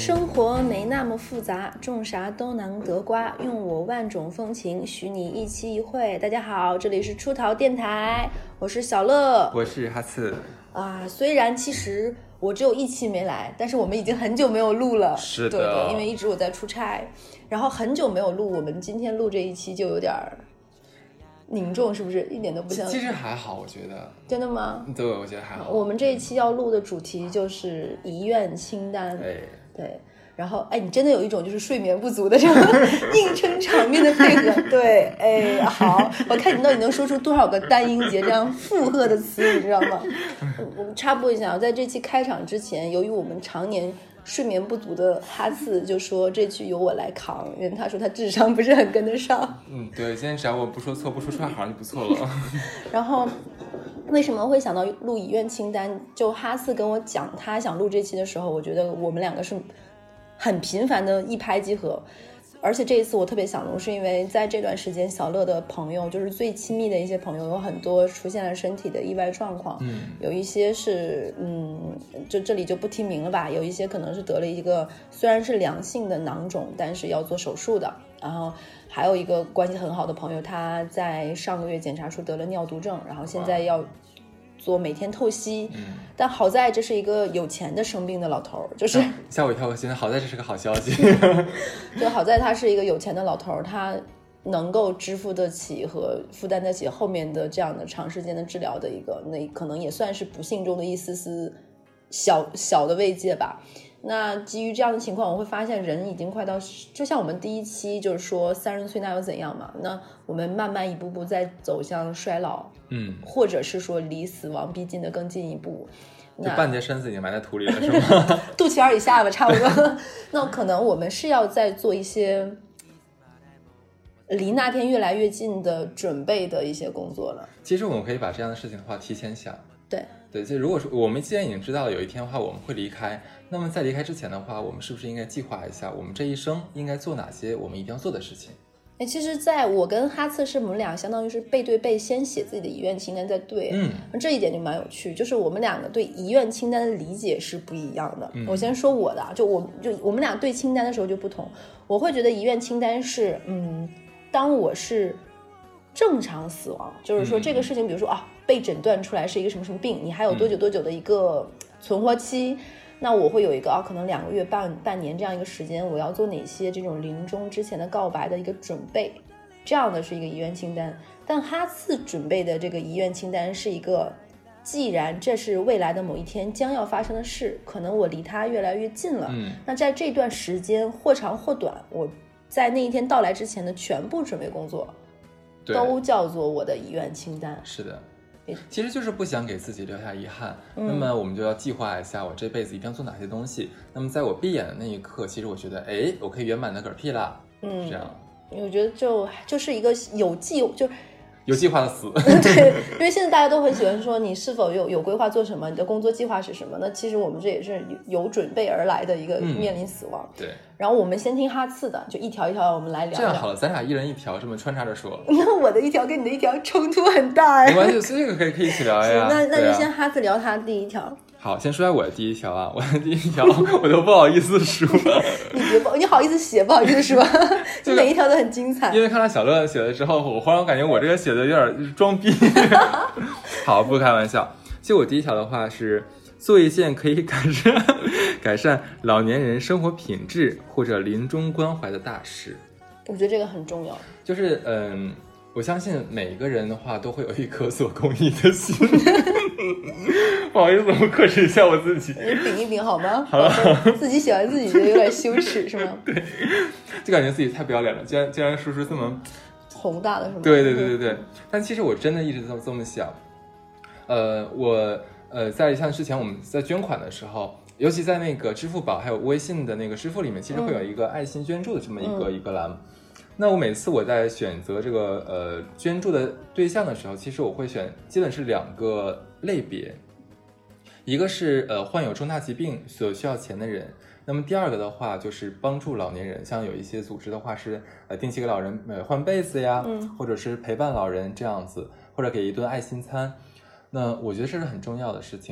生活没那么复杂，种啥都能得瓜，用我万种风情，许你一期一会。大家好，这里是出逃电台，我是小乐， 我是哈次啊。虽然其实我只有一期没来，但是我们已经很久没有录了。 是的， 对，因为一直我在出差，然后很久没有录，我们今天录这一期就有点凝重，是不是？一点都不像。 其实还好，我觉得。 真的吗？ 对，我觉得还好。 我们这一期要录的主题就是遗愿清单。对。然后，你真的有一种就是睡眠不足的这种硬撑场面的配合。对，好，我看你到底能说出多少个单音节这样附和的词，你知道吗？我们插播一下，在这期开场之前，由于我们常年睡眠不足的哈次就说这句由我来扛，因为他说他智商不是很跟得上。 对，今天只要我不说错，不说出来好像就不错了。 然后为什么会想到录遗愿清单？就哈次跟我讲他想录这期的时候，我觉得我们两个是很频繁的一拍即合。而且这一次我特别想录，是因为在这段时间小乐的朋友，就是最亲密的一些朋友，有很多出现了身体的意外状况。有一些是就这里就不提名了吧，有一些可能是得了一个虽然是良性的囊肿，但是要做手术的。然后还有一个关系很好的朋友，他在上个月检查出得了尿毒症，然后现在要做每天透析。但好在这是一个有钱的生病的老头，就是吓我一跳，现在好在这是个好消息。 就好在他是一个有钱的老头，他能够支付得起和负担得起后面的这样的长时间的治疗的一个，那可能也算是不幸中的一丝丝小的慰藉吧。那基于这样的情况，我会发现人已经快到，就像我们第一期就是说30岁那又怎样嘛，那我们慢慢一步步在走向衰老，或者是说离死亡逼近的更进一步。 就半截身子已经埋在土里了，是吗？ 肚脐眼以下吧，差不多。那可能我们是要再做一些离那天越来越近的准备的一些工作了。 其实我们可以把这样的事情的话提前想。 对， 就如果说我们既然已经知道了有一天的话我们会离开，那么在离开之前的话，我们是不是应该计划一下我们这一生应该做哪些我们一定要做的事情？ 其实在我跟哈次是我们俩相当于是背对背先写自己的遗愿清单再对。这一点就蛮有趣，就是我们两个对遗愿清单的理解是不一样的。我先说我的，就我们俩对清单的时候就不同。我会觉得遗愿清单是当我是正常死亡，就是说这个事情比如说被诊断出来是一个什么什么病，你还有多久的一个存活期，那我会有一个可能2个月半年这样一个时间，我要做哪些这种临终之前的告白的一个准备，这样的是一个遗愿清单。但哈次准备的这个遗愿清单是一个，既然这是未来的某一天将要发生的事，可能我离它越来越近了，那在这段时间或长或短，我在那一天到来之前的全部准备工作都叫做我的遗愿清单。 是的，其实就是不想给自己留下遗憾。那么我们就要计划一下我这辈子一定要做哪些东西。那么在我闭眼的那一刻，其实我觉得我可以圆满的嗝屁了。这样我觉得就是一个有计划的死。 对，因为现在大家都很喜欢说你是否有规划做什么，你的工作计划是什么。那其实我们这也是有准备而来的一个面临死亡。 对，然后我们先听哈次的，就一条一条我们来聊聊。 这样好了，咱俩一人一条，这么穿插着说。 那我的一条跟你的一条冲突很大。 没关系，这个可以一起聊呀。 那就先哈次聊他第一条。 好，先说下我的第一条啊，我的第一条我都不好意思说。 你好意思写，不好意思说，你每一条都很精彩。 因为看到小乐写了之后，我忽然感觉我这个写的有点装逼。好，不开玩笑。其实我第一条的话是做一件可以改善老年人生活品质或者临终关怀的大事。 我觉得这个很重要。 就是我相信每个人的话都会有一颗做公益的心。不好意思，我克制一下我自己。 你顶一顶好吗？ 好了， 自己写完自己觉得有点羞耻是吗？ 对，就感觉自己太不要脸了，竟然说出这么宏大的是吗？ 对。但其实我真的一直这么想。我在像之前我们在捐款的时候，尤其在那个支付宝还有微信的那个支付里面，其实会有一个爱心捐助的这么一个栏。那我每次我在选择这个捐助的对象的时候，其实我会选基本是2个类别，一个是患有重大疾病所需要钱的人，那么第2个的话就是帮助老年人，像有一些组织的话是定期给老人换被子呀，或者是陪伴老人这样子，或者给一顿爱心餐。那我觉得这是很重要的事情。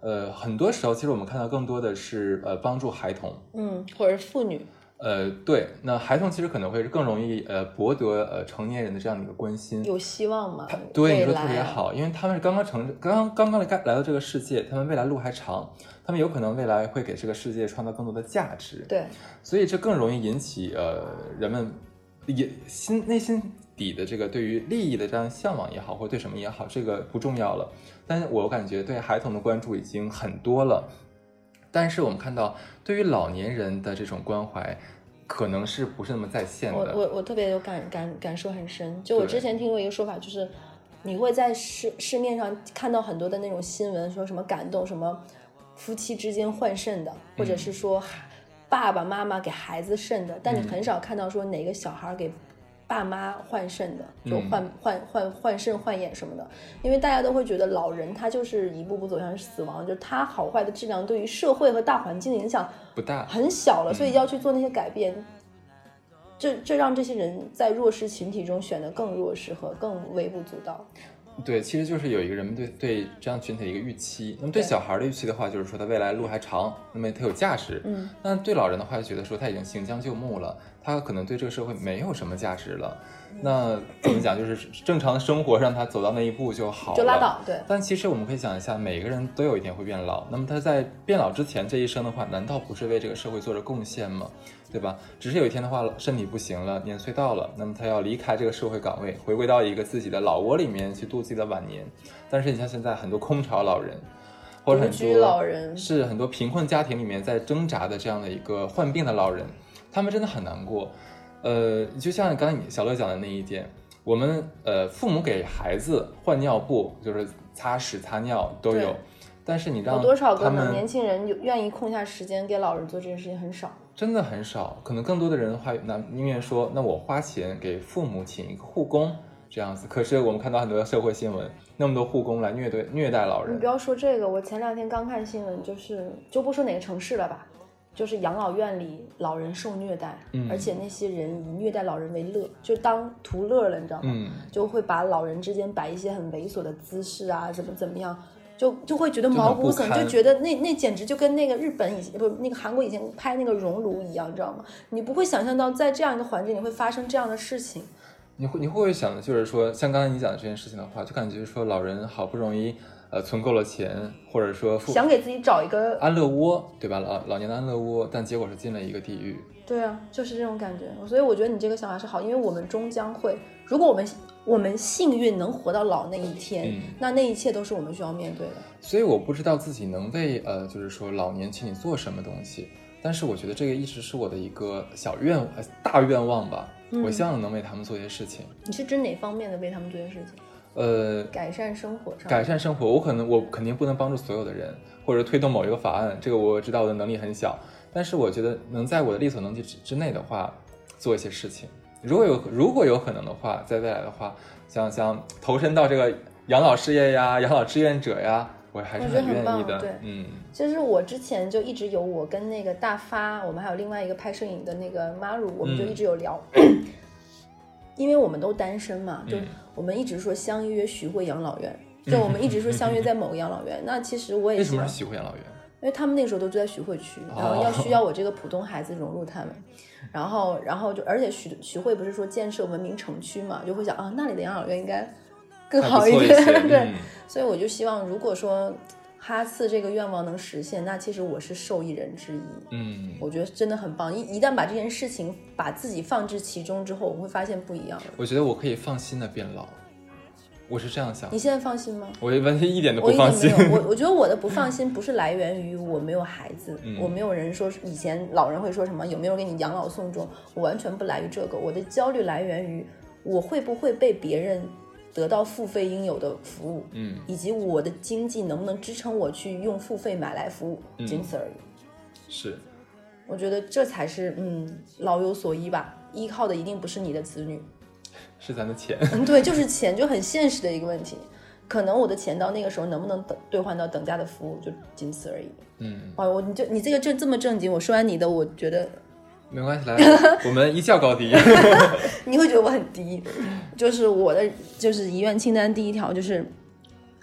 很多时候其实我们看到更多的是帮助孩童， 或者妇女。 对，那孩童其实可能会更容易博得成年人的这样的一个关心， 有希望嘛？ 对，你说特别好，因为他们是刚刚来到这个世界，他们未来路还长，他们有可能未来会给这个世界创造更多的价值。 对， 所以这更容易引起人们内心底的这个对于利益的这样向往也好，或者对什么也好，这个不重要了。但是我感觉对孩童的关注已经很多了。但是我们看到对于老年人的这种关怀可能是不是那么在线的。 我特别有感受很深。就我之前听过一个说法，就是你会在市面上看到很多的那种新闻，说什么感动什么夫妻之间换肾的，或者是说爸爸妈妈给孩子肾的，但你很少看到说哪个小孩给爸妈换肾的，就换肾换眼什么的。因为大家都会觉得老人他就是一步步走向死亡，就是他好坏的质量对于社会和大环境的影响不大， 很小了，所以要去做那些改变，这让这些人在弱势群体中显得更弱势和更微不足道。 对，其实就是有一个人们对这样群体的一个预期。那么对小孩的预期的话，就是说他未来路还长，那么他有价值。那对老人的话，就觉得说他已经行将就木了，他可能对这个社会没有什么价值了。那怎么讲，就是正常的生活让他走到那一步就好了， 就拉倒。对。 但其实我们可以想一下，每个人都有一天会变老，那么他在变老之前这一生的话，难道不是为这个社会做着贡献吗？对吧？只是有一天的话，身体不行了，年岁到了，那么他要离开这个社会岗位，回归到一个自己的老窝里面去度自己的晚年。但是你像现在很多空巢老人，或者很多老人， 是很多贫困家庭里面在挣扎的这样的一个患病的老人，他们真的很难过。就像刚才小乐讲的那一点，我们父母给孩子换尿布，就是擦屎擦尿都有，但是你让有多少个年轻人愿意空下时间给老人做这件事情很少， 真的很少。可能更多的人的话，宁愿说那我花钱给父母请一个护工这样子。可是我们看到很多社会新闻，那么多护工来虐待老人。 你不要说这个，我前2天刚看新闻，就不说哪个城市了吧，就是养老院里老人受虐待，而且那些人以虐待老人为乐，就当图乐了，你知道吗？就会把老人之间摆一些很猥琐的姿势啊，怎么样，就会觉得毛骨悚，就觉得那简直就跟那个日本以前不那个韩国以前拍那个熔炉一样，你知道吗？你不会想象到在这样一个环境里会发生这样的事情。 你会不会想的就是说，像刚才你讲的这件事情的话，就感觉说老人好不容易存够了钱，或者说想给自己找一个安乐窝，对吧？老年的安乐窝，但结果是进了一个地狱。 对啊，就是这种感觉。所以我觉得你这个想法是好，因为我们终将会，如果我们幸运能活到老那一天，那一切都是我们需要面对的。 所以我不知道自己能为就是说老年群体做什么东西，但是我觉得这个一直是我的一个大愿望吧。我希望能为他们做一些事情。 你是指哪方面的为他们做一些事情？改善生活上。 改善生活，我肯定不能帮助所有的人，或者推动某一个法案，这个我知道我的能力很小，但是我觉得能在我的力所能及之内的话，做一些事情。如果有可能的话，在未来的话，想投身到这个养老事业呀、养老志愿者呀，我还是很愿意的。 对，其实我之前就一直有我跟那个大发，我们还有另外一个拍摄影的那个 Maru， 我们就一直有聊。因为我们都单身嘛，就我们一直说相约徐汇养老院，就我们一直说相约在某个养老院。那其实我也为什么是徐汇养老院？ 因为他们那个时候都住在徐汇区，然后需要我这个普通孩子融入他们，然后就而且徐汇不是说建设文明城区嘛，就会想啊那里的养老院应该更好一点，对，所以我就希望如果说哈次这个愿望能实现，那其实我是受益人之一。我觉得真的很棒。一旦把这件事情把自己放置其中之后，我会发现不一样了。 我觉得我可以放心的变老，我是这样想。 你现在放心吗？ 我完全一点都不放心。 我觉得我的不放心不是来源于我没有孩子，我没有人说以前老人会说什么有没有给你养老送终，我完全不来于这个。我的焦虑来源于我会不会被别人得到付费应有的服务，以及我的经济能不能支撑我去用付费买来服务，仅此而已。 是， 我觉得这才是老有所依吧，依靠的一定不是你的子女， 是咱的钱。 对，就是钱，就很现实的一个问题。可能我的钱到那个时候能不能兑换到等价的服务，就仅此而已。你这个这么正经，我说完你的，我觉得没关系，来，我们一较高低。 你会觉得我很低，就是我的就是遗愿清单第一条就是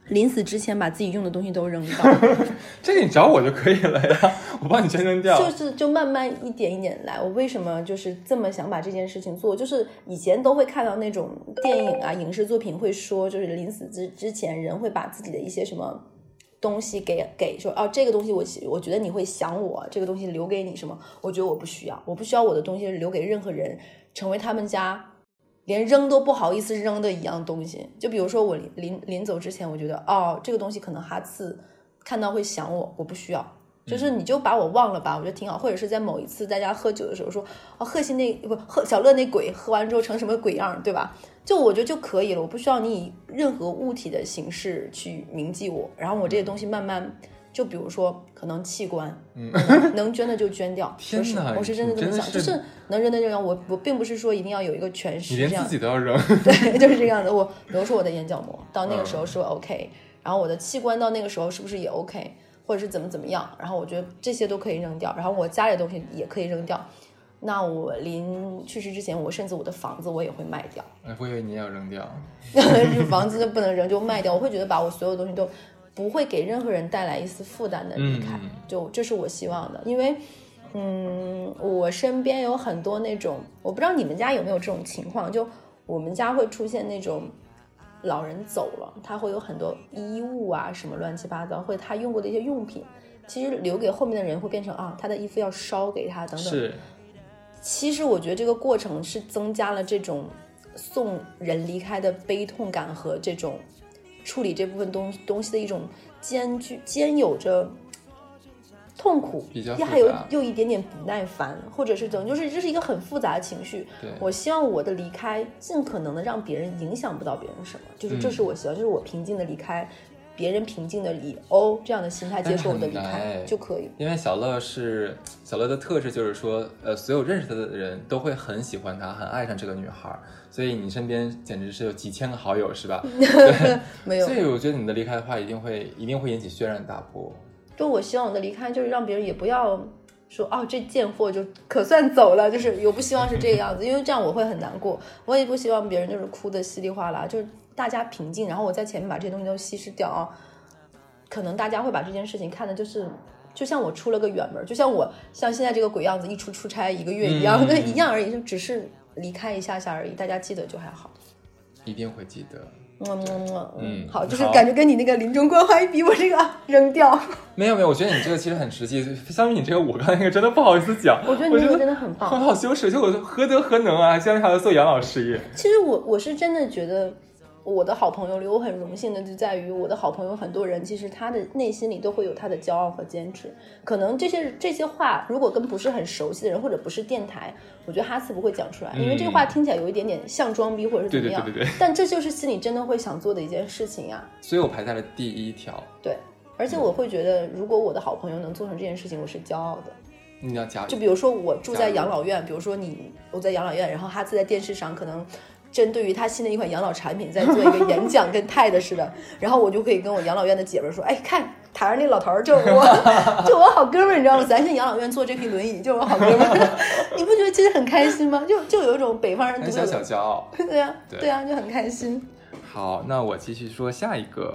临死之前把自己用的东西都扔掉。 这个你找我就可以了呀，我帮你全扔掉。 就慢慢一点一点来。我为什么就是这么想把这件事情做？就是以前都会看到那种电影啊、影视作品会说，就是临死之前人会把自己的一些什么东西给说，这个东西我觉得你会想我，这个东西留给你什么？我觉得我不需要我的东西留给任何人，成为他们家连扔都不好意思扔的一样东西。就比如说我临走之前，我觉得这个东西可能哈次看到会想我不需要，就是你就把我忘了吧，我觉得挺好。或者是在某一次大家喝酒的时候说，贺信小乐那鬼喝完之后成什么鬼样，对吧？就我觉得就可以了，我不需要你以任何物体的形式去铭记我。然后我这些东西慢慢，就比如说可能器官，能捐的就捐掉。 天哪， 我是真的这么想，就是能扔的就扔。我并不是说一定要有一个全尸， 你连自己都要扔。 对，就是这样的。比如说我的眼角膜到那个时候是 OK，然后我的器官到那个时候是不是也 OK， 或者是怎么样？然后我觉得这些都可以扔掉，然后我家里的东西也可以扔掉。那我临去世之前，甚至我的房子我也会卖掉。 我以为你也要扔掉。 房子就不能扔，就卖掉。我会觉得把我所有东西都不会给任何人带来一丝负担的离开，就这是我希望的。因为我身边有很多那种，我不知道你们家有没有这种情况，就我们家会出现那种老人走了，他会有很多衣物啊什么乱七八糟，或者他用过的一些用品，其实留给后面的人会变成他的衣服要烧给他等等。 是， 其实我觉得这个过程是增加了这种送人离开的悲痛感和这种处理这部分东西的一种兼有着痛苦， 比较复杂， 还有一点点不耐烦，或者是就是这是一个很复杂的情绪。我希望我的离开尽可能的让别人影响不到别人什么，就是这是我希望，就是我平静的离开，别人平静的以这样的心态接受我的离开就可以。 因为小乐的特质就是说，所有认识他的人都会很喜欢他，很爱上这个女孩，所以你身边简直是有几千个好友，是吧？对， 没有。 所以我觉得你的离开的话，一定会引起轩然大波。 就我希望我的离开，就是让别人也不要说这贱货就可算走了，就是我不希望是这个样子，因为这样我会很难过。我也不希望别人就是哭得稀里哗啦，就是大家平静，然后我在前面把这些东西都稀释掉可能大家会把这件事情看的就像我出了个远门，就像我像现在这个鬼样子一出差1个月一样，一样而已，就只是离开一下而已，大家记得就还好。 一定会记得。 好，就是感觉跟你那个临终关怀比，我这个扔掉。 没有，我觉得你这个其实很实际，相比你这个，我刚才那个真的不好意思讲。 我觉得你这个真的很棒， 很好羞耻，就我何德何能啊，现在还要做养老事业。 其实我是真的觉得。我的好朋友里，我很荣幸的就在于我的好朋友很多人，其实他的内心里都会有他的骄傲和坚持。可能这些话，如果跟不是很熟悉的人或者不是电台，我觉得哈次不会讲出来，因为这个话听起来有一点点像装逼或者是怎么样。 对。 但这就是心里真的会想做的一件事情呀。 所以我排在了第1条。 对，而且我会觉得，如果我的好朋友能做成这件事情，我是骄傲的。 你要加油。 就比如说我住在养老院，比如说我在养老院，然后哈次在电视上可能。针对于他新的一款养老产品在做一个演讲，跟TED似的，然后我就可以跟我养老院的姐妹说，看台上那老头就是我好哥们儿，你知道吗？咱现在养老院坐这批轮椅就是我好哥们儿，你不觉得其实很开心吗？就有一种北方人很小骄傲。 对啊，就很开心。 好，那我继续说下一个，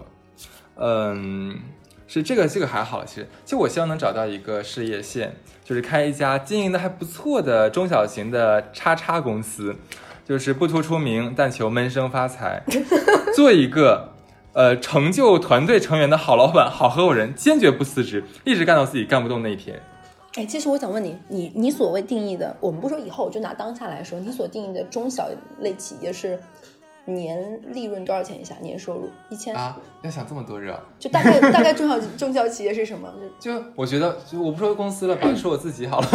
是这个还好，其实我希望能找到一个事业线，就是开一家经营的还不错的中小型的叉公司。就是不图出名，但求闷声发财，做一个成就团队成员的好老板、好合伙人，坚决不辞职，一直干到自己干不动那一天。 其实我想问你所谓定义的，我们不说以后，就拿当下来说，你所定义的中小类企业是年利润多少钱以下？年收入1000 啊？要想这么多热？ 就大概中小企业是什么？ 就我觉得，我不说公司了吧，说我自己好了。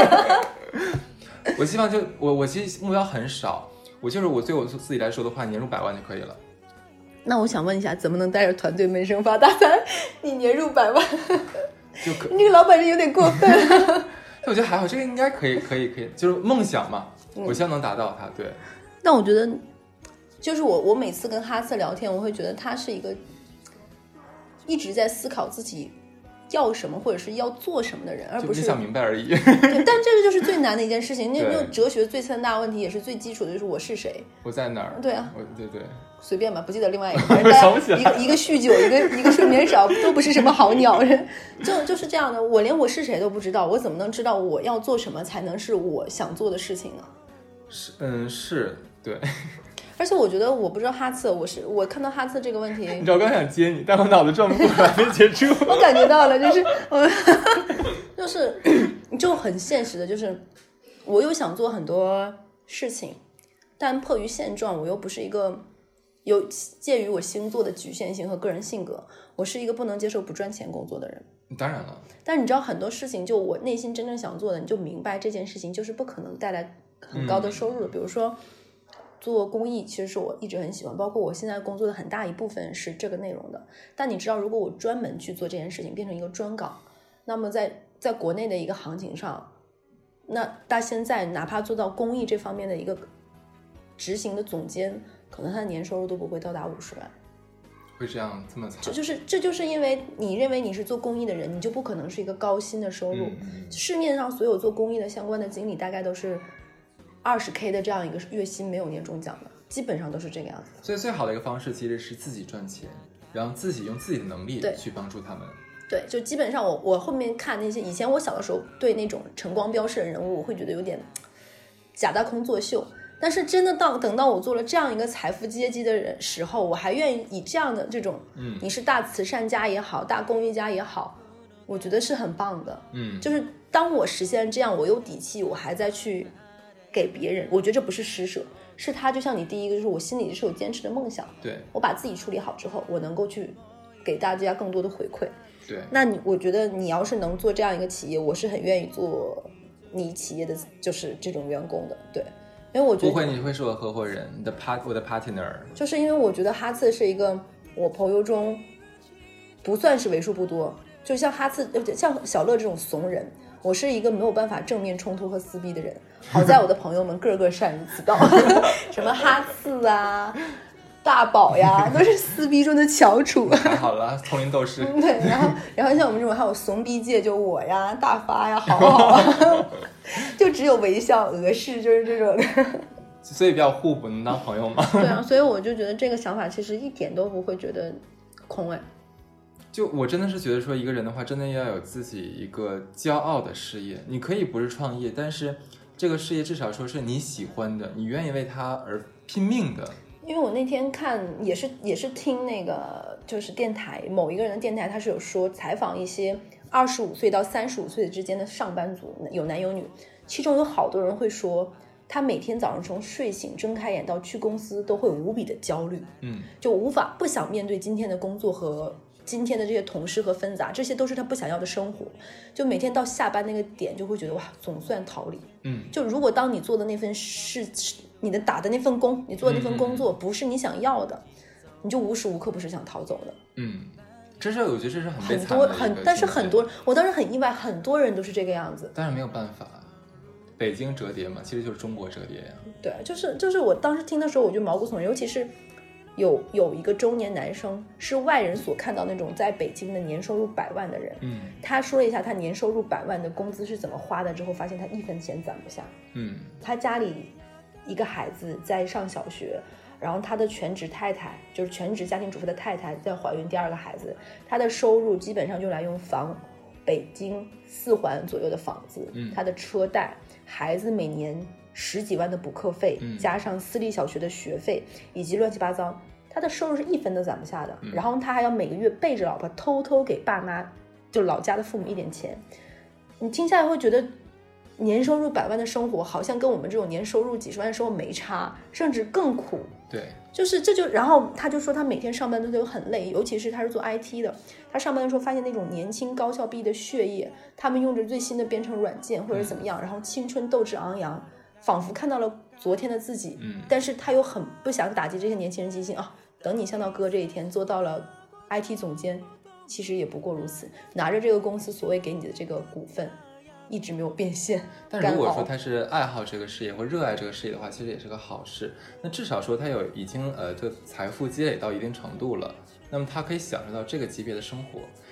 我希望我其实目标很少，我对我自己来说的话，年入100万就可以了。 那我想问一下，怎么能带着团队闷声发大财？你年入100万，你这个老板是有点过分。 我觉得还好，这个应该可以，就是梦想嘛，我希望能达到它。对。 那我觉得，就是我每次跟哈次聊天，我会觉得他是一个一直在思考自己要什么或者是要做什么的人，而不是想明白而已。 对，但这个就是最难的一件事情。那哲学最三大问题也是最基础的，就是我是谁， 我在哪儿。 对啊， 对， 随便吧，不记得另外一个，一个酗酒，一个睡眠少，都不是什么好鸟人，就是这样的。我连我是谁都不知道，我怎么能知道我要做什么才能是我想做的事情呢？ 是，对。 而且我觉得，我不知道哈次，我看到哈次这个问题， 你知道我刚想接你，但我脑子转不过来，没接住。 我感觉到了，就很现实的，就是我又想做很多事情，但迫于现状，我又不是一个有介于我星座的局限性和个人性格，我是一个不能接受不赚钱工作的人。 当然了， 但你知道很多事情，就我内心真正想做的，你就明白这件事情就是不可能带来很高的收入的。比如说做公益，其实是我一直很喜欢，包括我现在工作的很大一部分是这个内容的。但你知道，如果我专门去做这件事情，变成一个专岗，那么在国内的一个行情上，那到现在哪怕做到公益这方面的一个执行的总监，可能他的年收入都不会到达50万。 会这样这么惨？ 这就是因为你认为你是做公益的人，你就不可能是一个高薪的收入。市面上所有做公益的相关的经理，大概都是20K 的这样一个月薪，没有年终奖的，基本上都是这个样子。 所以最好的一个方式其实是自己赚钱，然后自己用自己的能力去帮助他们。 对，就基本上我后面看那些以前我小的时候对那种晨光标示的人物，我会觉得有点假大空作秀。但是真的等到我做了这样一个财富阶级的时候，我还愿意以这样的这种，你是大慈善家也好，大公益家也好，我觉得是很棒的。就是当我实现这样，我有底气，我还在去给别人，我觉得这不是施舍，是他就像你第一个，就是我心里是有坚持的梦想， 对， 我把自己处理好之后，我能够去给大家更多的回馈。 对， 那我觉得你要是能做这样一个企业，我是很愿意做你企业的就是这种员工的。对，因为我觉得不会，你会是我合伙人，我的 partner。 就是因为我觉得哈次是一个我朋友中不算是为数不多，就像哈次像小乐这种怂人，我是一个没有办法正面冲突和撕逼的人。好在我的朋友们个个善于此道，什么哈次啊、大宝呀，都是撕逼中的翘楚。 太好了，丛林斗士。 对，然后像我们这种还有怂逼界，就我呀、大发呀，好，就只有微笑、俄式，就是这种的。 所以比较互补，能当朋友吗？ 对啊，所以我就觉得这个想法其实一点都不会觉得空哎。 就我真的是觉得说，一个人的话，真的要有自己一个骄傲的事业。你可以不是创业，但是这个事业至少说是你喜欢的，你愿意为它而拼命的。 因为我那天看也是听那个就是电台某一个人的电台，他是有说采访一些25岁到35岁之间的上班族，有男有女，其中有好多人会说，他每天早上从睡醒睁开眼到去公司都会无比的焦虑，就不想面对今天的工作和今天的这些同事和纷杂，这些都是他不想要的生活。就每天到下班那个点就会觉得哇，总算逃离。就如果当你做的那份事，你的打的那份工，你做的那份工作不是你想要的，你就无时无刻不是想逃走的。 这是我觉得这是很悲惨的但是很多，我当时很意外，很多人都是这个样子。 但是没有办法，北京折叠嘛，其实就是中国折叠呀。 对，就是我当时听的时候我就毛骨悚然，尤其是有一个中年男生，是外人所看到那种在北京的年收入100万的人，他说了一下他年收入100万的工资是怎么花的之后，发现他1分钱攒不下。他家里一个孩子在上小学，然后他的全职太太，就是全职家庭主妇的太太，在怀孕第2个孩子，他的收入基本上就来用房北京4环左右的房子，他的车贷，孩子每年10几万的补课费，加上私立小学的学费以及乱七八糟，他的收入是1分都攒不下的。然后他还要每个月背着老婆偷偷给爸妈，就老家的父母一点钱。你听下来会觉得年收入100万的生活好像跟我们这种年收入几十万的生活没差，甚至更苦。 对， 然后他就说他每天上班都很累，尤其是他是做 IT 的，他上班的时候发现那种年轻高校毕业的血液，他们用着最新的编程软件或者怎么样，然后青春斗志昂扬，仿佛看到了昨天的自己。但是他又很不想打击这些年轻人记性啊，等你像到哥这一天做到了 IT 总监，其实也不过如此，拿着这个公司所谓给你的这个股份一直没有变现。 但如果说他是爱好这个事业或热爱这个事业的话，其实也是个好事。那至少说他已经这财富积累到一定程度了，那么他可以享受到这个级别的生活。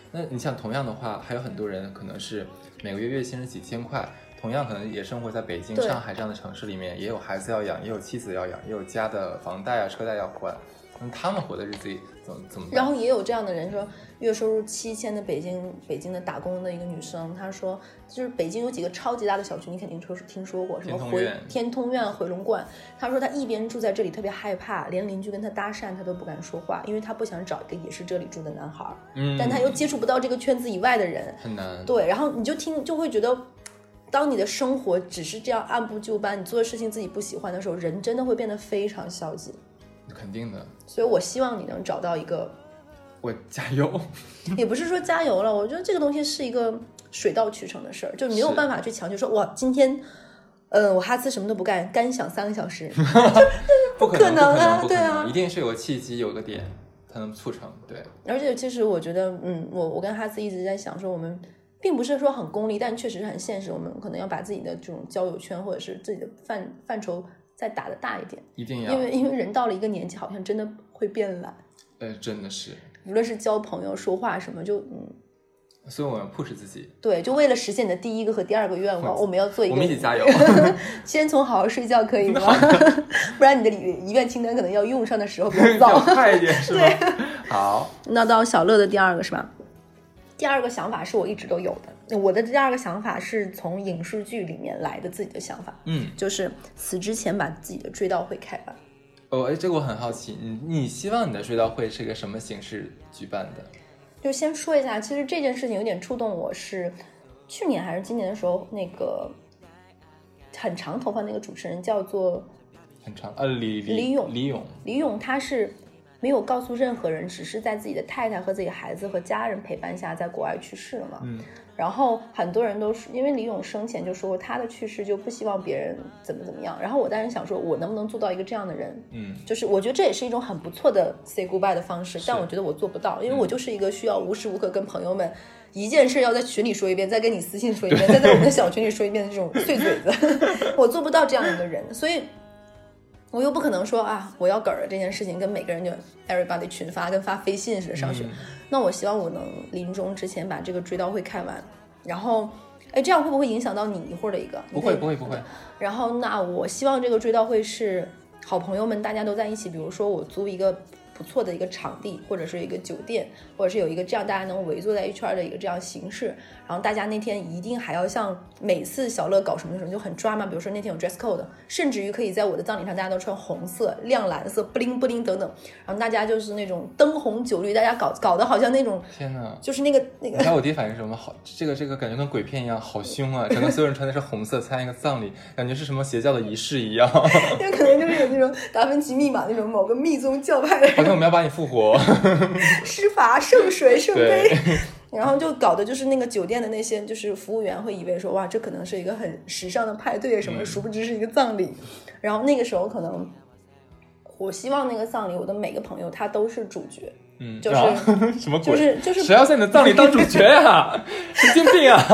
那你像同样的话，还有很多人可能是每个月月薪是几千块，同样可能也生活在北京、上海这样的城市里面，也有孩子要养，也有妻子要养，也有家的房贷啊、车贷要还。他们活的日子里怎么办？ 然后也有这样的人说，月收入7000的北京的打工的一个女生，她说就是北京有几个超级大的小区，你肯定听说过，什么天通苑、回龙观。她说她一边住在这里特别害怕，连邻居跟她搭讪她都不敢说话，因为她不想找一个也是这里住的男孩，但她又接触不到这个圈子以外的人， 很难。 对，然后你就会觉得，当你的生活只是这样按部就班，你做的事情自己不喜欢的时候，人真的会变得非常消极。 肯定的， 所以我希望你能找到一个， 我加油， 也不是说加油了，我觉得这个东西是一个水到渠成的事儿，就没有办法去强求说哇，今天，我哈斯什么都不干，干想3个小时，不可能啊，对啊， 一定是有个契机，有个点才能促成，对。 而且其实我觉得，我跟哈斯一直在想说，我们并不是说很功利，但确实是很现实，我们可能要把自己的这种交友圈或者是自己的范畴再打得大一点， 一定要， 因为人到了一个年纪，好像真的会变懒。 真的是， 无论是交朋友、说话什么， 所以我们 push 自己。 对，就为了实现你的第1个和第2个愿望，我们要做一个。 我们一起加油。 先从好好睡觉可以吗？不然你的遗愿清单可能要用上的时候比较早。 要快一点是吗？好， 那到小乐的第2个是吧？第2个想法是我一直都有的，我的第2个想法是从影视剧里面来的自己的想法，就是死之前把自己的追悼会开完。 这个我很好奇，你希望你的追悼会是个什么形式举办的？ 就先说一下，其实这件事情有点触动我，是去年还是今年的时候，那个很长头发那个主持人叫做很长李咏，他是没有告诉任何人，只是在自己的太太和自己孩子和家人陪伴下在国外去世了嘛。然后很多人都是因为李咏生前就说过他的去世就不希望别人怎么样，然后我当时想说我能不能做到一个这样的人，就是我觉得这也是一种很不错的 say goodbye 的方式，但我觉得我做不到，因为我就是一个需要无时无刻跟朋友们一件事要在群里说一遍，再跟你私信说一遍，再在我们的小群里说一遍的这种碎嘴子我做不到这样一个人，所以我又不可能说啊，我要梗儿这件事情跟每个人就 everybody 群发，跟发飞信似的上去。那我希望我能临终之前把这个追悼会开完，然后，这样会不会影响到你一会儿的一个？ 不会。 然后，那我希望这个追悼会是好朋友们大家都在一起，比如说我租一个不错的一个场地，或者是一个酒店，或者是有一个这样大家能围坐在一圈的一个这样形式，然后大家那天一定还要像每次小乐搞什么什么就很抓嘛，比如说那天有 dress code， 甚至于可以在我的葬礼上大家都穿红色、亮蓝色、布灵布灵等等，然后大家就是那种灯红酒绿，大家搞得好像那种， 天哪， 就是那个。 你知道我第一反应是什么？好，这个感觉跟鬼片一样，好凶啊！整个所有人穿的是红色，参加一个葬礼，感觉是什么邪教的仪式一样。 有可能就是有那种达芬奇密码那种某个密宗教派的人， 好像我们要把你复活， 施法圣水圣杯，然后就搞的就是那个酒店的那些就是服务员会以为说哇，这可能是一个很时尚的派对什么，殊不知是一个葬礼。然后那个时候可能我希望那个葬礼我的每个朋友他都是主角，就是什么鬼？ 就是谁要在你的葬礼当主角呀？神经病啊！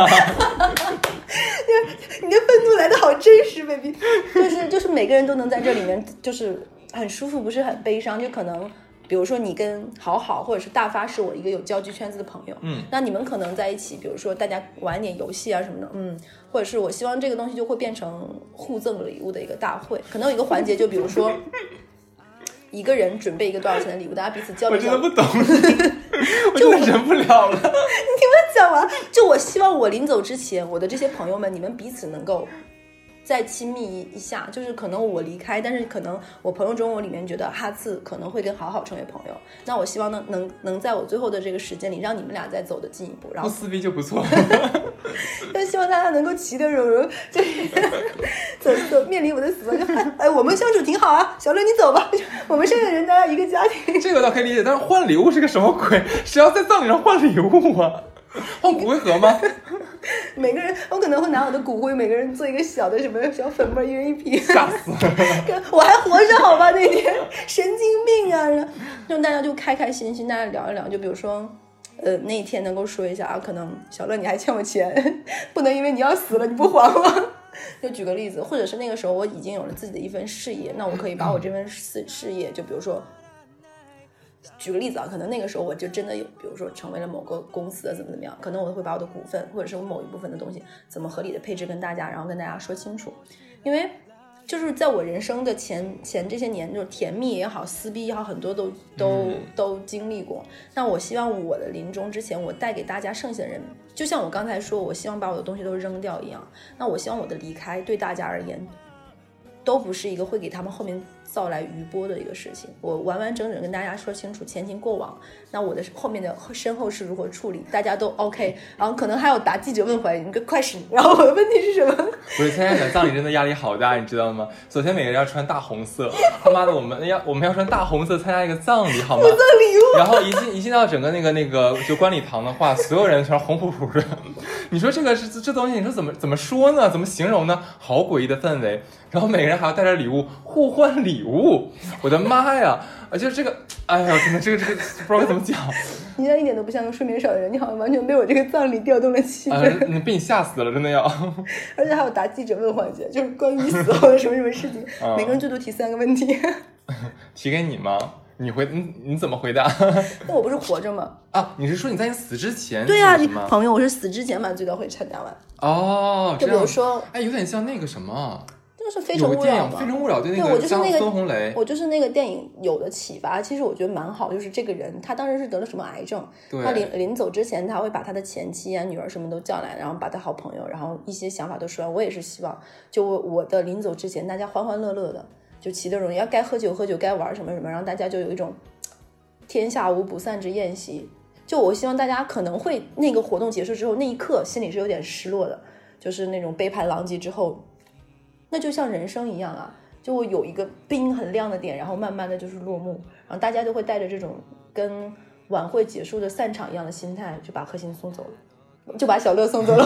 你的愤怒来的好真实 ，baby， 就是每个人都能在这里面就是很舒服，不是很悲伤，就可能。比如说你跟好或者是大发是我一个有交际圈子的朋友，那你们可能在一起，比如说大家玩点游戏啊什么的，或者是我希望这个东西就会变成互赠礼物的一个大会，可能有一个环节，就比如说一个人准备一个多少钱的礼物，大家彼此交流。 我真的不懂，我真的忍不了了。你听我讲完，就我希望我临走之前，我的这些朋友们，你们彼此能够再亲密一下，就是可能我离开，但是可能我朋友中我里面觉得哈次可能会跟好成为朋友，那我希望能在我最后的这个时间里让你们俩再走得进一步，然后不撕逼就不错。 就希望大家能够其乐融融，就是走面临我的死亡，就我们相处挺好啊，小乐你走吧，我们剩下的人大家一个家庭。 这个倒可以理解，但是换礼物是个什么鬼？谁要在葬礼上换礼物啊？换骨灰盒吗？ 每个人，我可能会拿我的骨灰，每个人做一个小的什么小粉末，一人一瓶， 吓死了！ 我还活着好吧？那天神经病啊！让大家就开开心心，大家聊一聊。就比如说，那一天能够说一下啊，可能小乐你还欠我钱，不能因为你要死了你不还我。就举个例子，或者是那个时候我已经有了自己的一份事业，那我可以把我这份事业，就比如说举个例子啊，可能那个时候我就真的有，比如说成为了某个公司的怎么样，可能我会把我的股份或者是我某一部分的东西怎么合理的配置跟大家，然后跟大家说清楚。因为就是在我人生的前这些年，就是甜蜜也好，撕逼也好，很多都经历过。那我希望我的临终之前，我带给大家剩下的人，就像我刚才说，我希望把我的东西都扔掉一样。那我希望我的离开对大家而言，都不是一个会给他们后面造来余波的一个事情。我完完整整跟大家说清楚前情过往，那我的后面的身后事如何处理，大家都 OK。然后可能还有答记者问回来，你快使。然后我的问题是什么？ 不是，参加的葬礼真的压力好大，你知道吗？首先每个人要穿大红色，他妈的，我们要穿大红色参加一个葬礼，好吗？ 葬礼物。 然后一进到整个那个就观礼堂的话，所有人全是红扑扑的。你说这东西，你说怎么说呢？怎么形容呢？好诡异的氛围。然后每个人还要带着礼物互换礼物，我的妈呀！就是这个，哎呀，真的这个不知道该怎么讲。 你这一点都不像个睡眠少的人，你好像完全被我这个葬礼调动了气氛。 被你吓死了，真的要。 而且还有答记者问环节，就是关于死后的什么事情，每个人最多提3个问题。 提给你吗？你怎么回答？ 那我不是活着吗？ 啊，你是说你在你死之前？ 对啊，朋友，我是死之前把最高会参加完。 哦， 就比如说， 哎，有点像那个什么。 就是非诚勿扰嘛， 非诚勿扰，对， 我就是那个孙红雷， 我就是那个电影有的启发，其实我觉得蛮好。就是这个人，他当时是得了什么癌症，他临走之前，他会把他的前妻啊、女儿什么都叫来，然后把他好朋友，然后一些想法都说完。我也是希望，就我的临走之前，大家欢欢乐乐的，就其乐融融，要该喝酒喝酒，该玩什么什么，让大家就有一种天下无不散之宴席。就我希望大家可能会那个活动结束之后，那一刻心里是有点失落的，就是那种杯盘狼藉之后。那就像人生一样啊，就我有一个冰很亮的点，然后慢慢的就是落幕，然后大家就会带着这种跟晚会结束的散场一样的心态，就把贺鑫送走了，就把小乐送走了。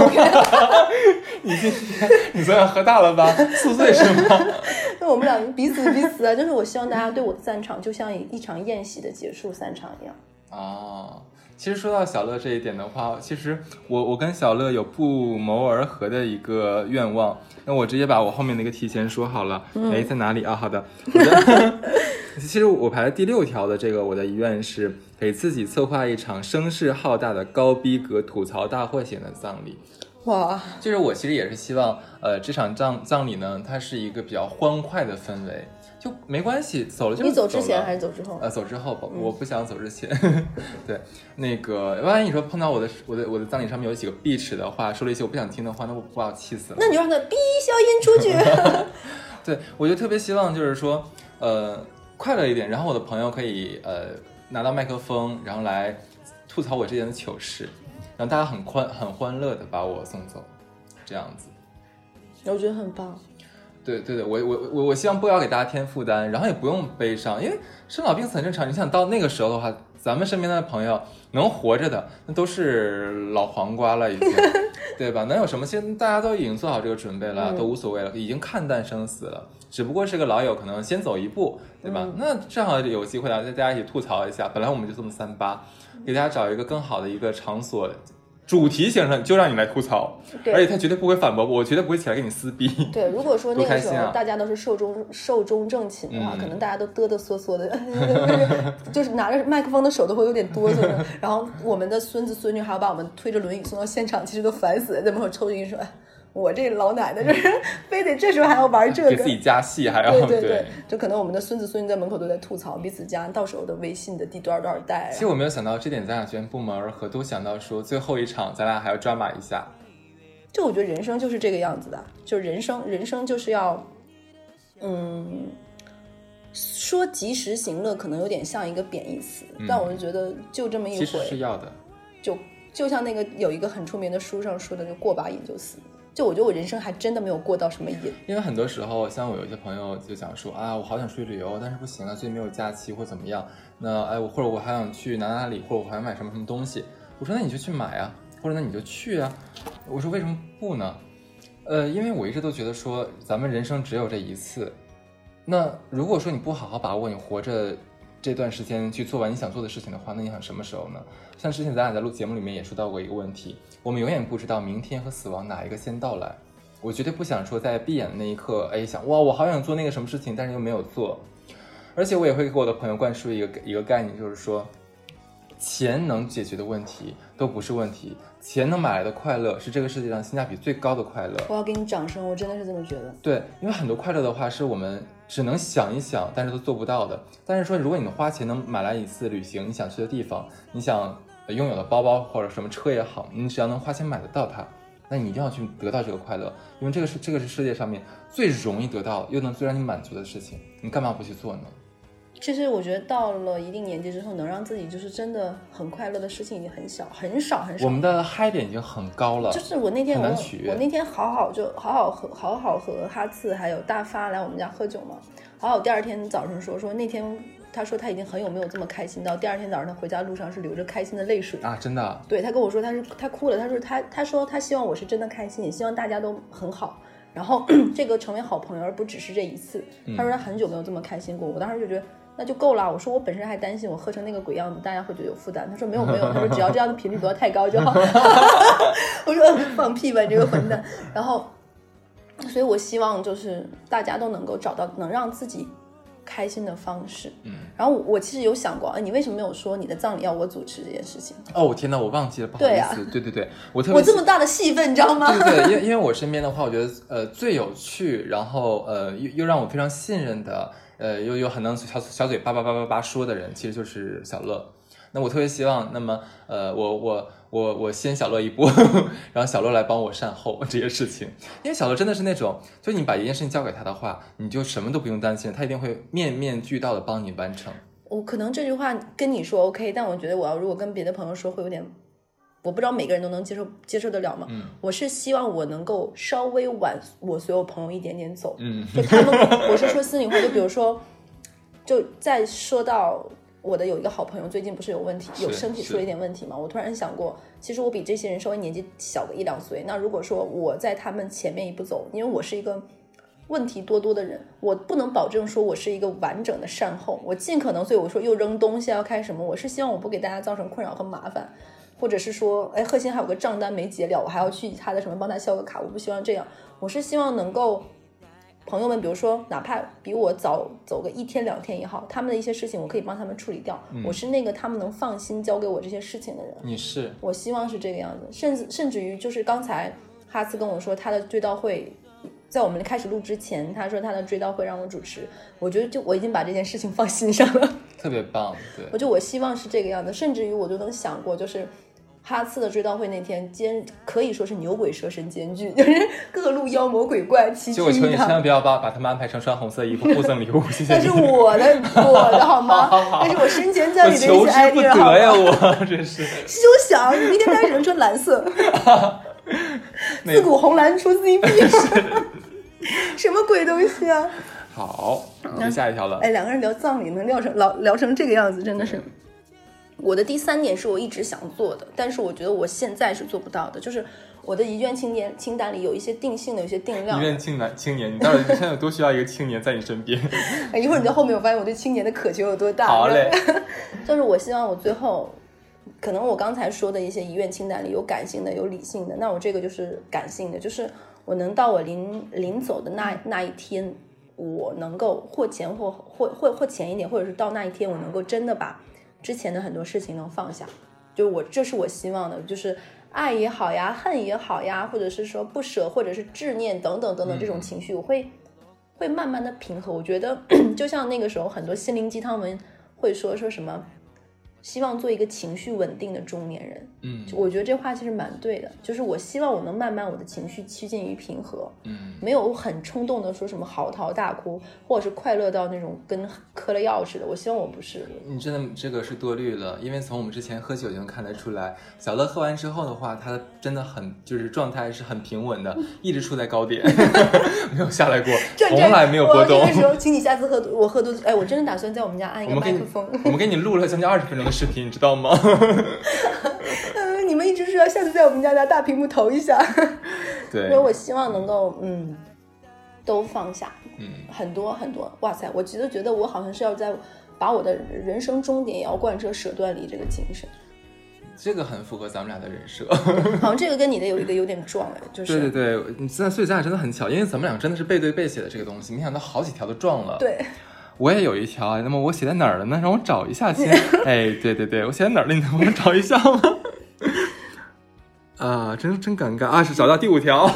你昨天喝大了吧？宿醉是吗？ 那我们俩彼此啊，就是我希望大家对我的散场就像一场宴席的结束散场一样。 哦，其实说到小乐这一点的话，其实我跟小乐有不谋而合的一个愿望，那我直接把我后面那个提前说好了。在哪里啊？好的。其实我排了第6条的这个，我的遗愿是给自己策划一场声势浩大的高逼格吐槽大会型的葬礼。 哇， 就是我其实也是希望，这场葬礼呢，它是一个比较欢快的氛围。就没关系，走了就走了。 你走之前还是走之后？ 走之后吧，我不想走之前。对，那个万一你说碰到我的葬礼上面有几个碧池的话，说了一些我不想听的话，那我把我气死了。 那你就让他逼消音出去。 对，我就特别希望就是说，快乐一点，然后我的朋友可以拿到麦克风，然后来吐槽我之前的糗事，然后大家很欢乐的把我送走，这样子。 我觉得很棒。 对，我希望不要给大家添负担，然后也不用悲伤，因为生老病死很正常。你想到那个时候的话，咱们身边的朋友能活着的，那都是老黄瓜了，已经，对吧？能有什么？现在大家都已经做好这个准备了，都无所谓了，已经看淡生死了。只不过是个老友，可能先走一步，对吧？那正好有机会大家一起吐槽一下。本来我们就这么3-8，给大家找一个更好的一个场所。主题形成就让你来吐槽，而且他绝对不会反驳我绝对不会起来跟你撕逼。 对，如果说那个时候大家都是寿终正寝的话，可能大家都嘚嘚瑟瑟的，就是拿着麦克风的手都会有点哆嗦的。然后我们的孙子孙女还要把我们推着轮椅送到现场，其实都烦死了，在门口抽筋说。我这老奶奶就是非得这时候还要玩这个， 给自己加戏还要对，就可能我们的孙子孙女在门口都在吐槽彼此家到时候的微信的第多少代。 其实我没有想到这点，咱俩居然不谋而合，都想到说最后一场咱俩还要抓马一下。 就我觉得人生就是这个样子的，就是人生就是要，说及时行乐可能有点像一个贬义词，但我就觉得就这么一回， 其实是要的， 就像那个有一个很出名的书上说的，就过把瘾就死。就我觉得我人生还真的没有过到什么瘾， 因为很多时候像我有一些朋友就讲说啊，我好想出去旅游，但是不行啊，最近没有假期或怎么样，那或者我还想去哪里，或者我还想买什么东西，我说那你就去买啊，或者那你就去啊，我说为什么不呢？因为我一直都觉得说咱们人生只有这一次，那如果说你不好好把握你活着这段时间去做完你想做的事情的话，那你想什么时候呢？像之前咱俩在录节目里面也说到过一个问题，我们永远不知道明天和死亡哪一个先到来。我绝对不想说在闭眼的那一刻，想哇我好想做那个什么事情，但是又没有做。 而且我也会给我的朋友灌输一个概念，就是说钱能解决的问题都不是问题，钱能买来的快乐是这个世界上性价比最高的快乐。 我要给你掌声，我真的是这么觉得。 对，因为很多快乐的话是我们只能想一想，但是都做不到的。但是说如果你花钱能买来一次旅行，你想去的地方，你想拥有的包包或者什么车也好，你只要能花钱买得到它，那你一定要去得到这个快乐，因为这个是世界上面最容易得到又能最让你满足的事情，你干嘛不去做呢？ 其实我觉得到了一定年纪之后，能让自己就是真的很快乐的事情已经很少。 我们的嗨点已经很高了， 就是我那天很难取悦。 我那天好好和哈次还有大发来我们家喝酒嘛，好第二天早上说那天他说他已经很久没有这么开心到，第二天早上他回家路上是流着开心的泪水啊，真的。 对，他跟我说他哭了，他说他希望我是真的开心，也希望大家都很好，然后这个成为好朋友而不只是这一次。他说他很久没有这么开心过，我当时就觉得那就够了。我说我本身还担心我喝成那个鬼样子大家会觉得有负担，他说没有，他说只要这样的频率不要太高就好。我说放屁吧你这个混蛋。然后所以我希望就是大家都能够找到能让自己开心的方式。然后我其实有想过，你为什么没有说你的葬礼要我主持这件事情？ 哦，天哪，我忘记了，不好意思。对，我这么大的戏份，你知道吗？ 对，因为我身边的话，我觉得最有趣，然后又让我非常信任的，又很能小嘴叭说的人，其实就是小乐。那我特别希望，那么我先小乐一步，然后小乐来帮我善后这些事情。因为小乐真的是那种，就你把一件事情交给他的话，你就什么都不用担心，他一定会面面俱到的帮你完成。 我可能这句话跟你说 OK， 但我觉得我要如果跟别的朋友说会有点，我不知道每个人都能接受得了吗？我是希望我能够稍微晚我所有朋友一点点走。就他们，我是说心里话，就比如说，就再说到我的有一个好朋友最近不是有问题，有身体出了一点问题嘛，我突然想过，其实我比这些人稍微年纪小个1-2岁，那如果说我在他们前面一步走，因为我是一个问题多的人，我不能保证说我是一个完整的善后，我尽可能，所以我说又扔东西要开什么，我是希望我不给大家造成困扰和麻烦，或者是说贺鑫还有个账单没结了，我还要去他的什么帮他销个卡，我不希望这样，我是希望能够朋友们比如说哪怕比我早走个1天2天也好，他们的一些事情我可以帮他们处理掉，我是那个他们能放心交给我这些事情的人。 你是，我希望是这个样子。甚至于就是刚才哈斯跟我说他的追悼会，在我们开始录之前他说他的追悼会让我主持，我觉得就我已经把这件事情放心上了， 特别棒。对， 我希望是这个样子。甚至于我就能想过，就是哈次的追悼会那天可以说是牛鬼蛇神兼具，就是各路妖魔鬼怪齐聚一堂。 就我求你千万不要把他们安排成穿红色衣服互赠礼物，谢谢你。 那是我的好吗？那是我生前在你的一些 idea， 我求之不得呀，我真是。 休想！你明天大家只能穿蓝色。自古红蓝出 CP， 什么鬼东西啊！ 好，下一条了。 两个人聊葬礼能聊成这个样子，真的是。我的第3点是我一直想做的，但是我觉得我现在是做不到的，就是我的遗愿清单里有一些定性的，有一些定量。 遗愿青年，你到底现在有多需要一个青年在你身边？ 一会儿你在后面，我发现我对青年的渴求有多大。 好嘞， 就是我希望我最后，可能我刚才说的一些遗愿清单里有感性的，有理性的，那我这个就是感性的，就是我能到我临走的那一天，我能够或前或前一点，或者是到那一天，我能够真的把之前的很多事情能放下，就这是我希望的，就是爱也好呀，恨也好呀，或者是说不舍，或者是执念等等这种情绪，我会慢慢的平和。我觉得就像那个时候很多心灵鸡汤文会说什么希望做一个情绪稳定的中年人，我觉得这话其实蛮对的，就是我希望我能慢慢我的情绪趋近于平和，没有很冲动的说什么嚎啕大哭，或者是快乐到那种跟嗑了药似的，我希望我不是。 你真的这个是多虑了，因为从我们之前喝酒就能看得出来，小乐喝完之后的话，他真的很就是状态是很平稳的，一直处在高点，没有下来过，从来没有波动。 这个时候，请你下次我喝多，我真的打算在我们家安一个麦克风。 我们给你录了将近20分钟的视频，你知道吗？ 你们一直说要下次在我们家拿大屏幕投一下， 对， 因为我希望能够都放下，很多很多。哇塞，我觉得我好像是要在把我的人生终点也要贯彻舍断离这个精神。 这个很符合咱们俩的人设， 好像这个跟你的有点撞哎，就是对，所以咱俩真的很巧，因为咱们俩真的是背对背写的这个东西，没想到好几条都撞了。 对。 我也有一条，那么我写在哪儿了呢？让我找一下先。哎，对对对，我写在哪儿了？你能帮我找一下吗？啊，真尴尬啊！是找到第5条，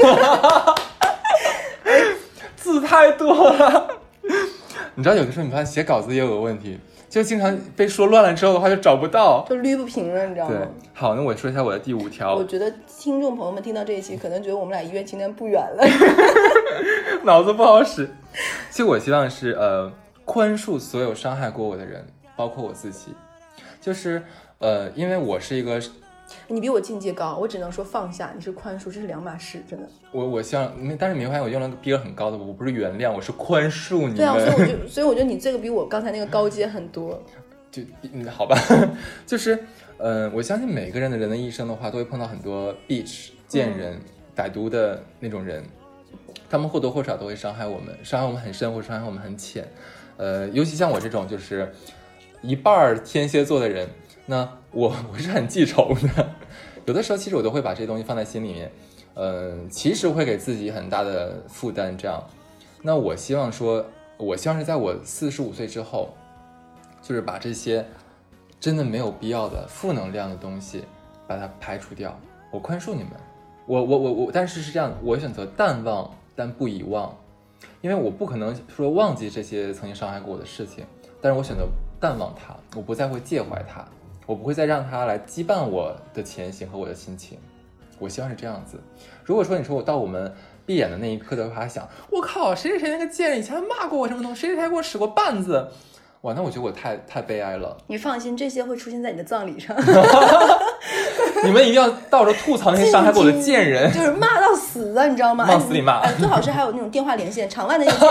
字太多了。你知道有的时候你发现写稿子也有个问题，就经常被说乱了之后的话就找不到， 就捋不平了，你知道吗？ 对，好，那我说一下我的第5条。 我觉得听众朋友们听到这一期，可能觉得我们俩医院清单不远了， 脑子不好使。其实我希望是宽恕所有伤害过我的人，包括我自己。就是因为我是一个。 你比我境界高，我只能说放下，你是宽恕，这是两码事，真的。 我希望，但是你会发现我用了个逼格很高的，我不是原谅，我是宽恕你们。 对啊，所以我觉得你这个比我刚才那个高阶很多。 好吧，就是我相信每个人的一生的话，都会碰到很多 bitch 贱人、歹毒的那种人，他们或多或少都会伤害我们，伤害我们很深，或者伤害我们很浅。尤其像我这种就是一半天蝎座的人。那我是很记仇的，有的时候其实我都会把这些东西放在心里面，其实会给自己很大的负担。这样，那我希望是在我45岁之后，就是把这些真的没有必要的负能量的东西把它排除掉。我宽恕你们，但是这样，我选择淡忘但不遗忘，因为我不可能说忘记这些曾经伤害过我的事情，但是我选择淡忘它，我不再会介怀它。我不会再让他来羁绊我的前行和我的心情，我希望是这样子。如果说你说我到我们闭眼的那一刻的话，想我靠，谁那个贱人以前骂过我什么东西，谁给我使过绊子，哇，那我觉得我太悲哀了。 你放心，这些会出现在你的葬礼上。 你们一定要到时候吐槽那些伤害过我的贱人， 就是骂到死的，你知道吗？ 往死里骂。 最好是还有那种电话连线，场外的那些。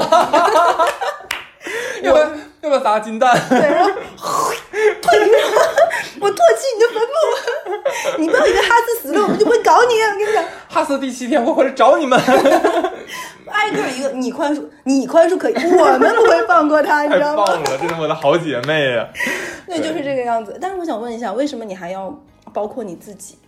要不要砸金蛋？ 对，然后我唾弃你的坟墓，你不要以为哈斯死了我们就不会搞你，我跟你讲， 哈斯第7天我回来找你们， 挨个一个，你宽恕可以，我们不会放过他，你知道吗？ 太棒了，这是我的好姐妹呀。 对，就是这个样子。但是我想问一下，为什么你还要包括你自己？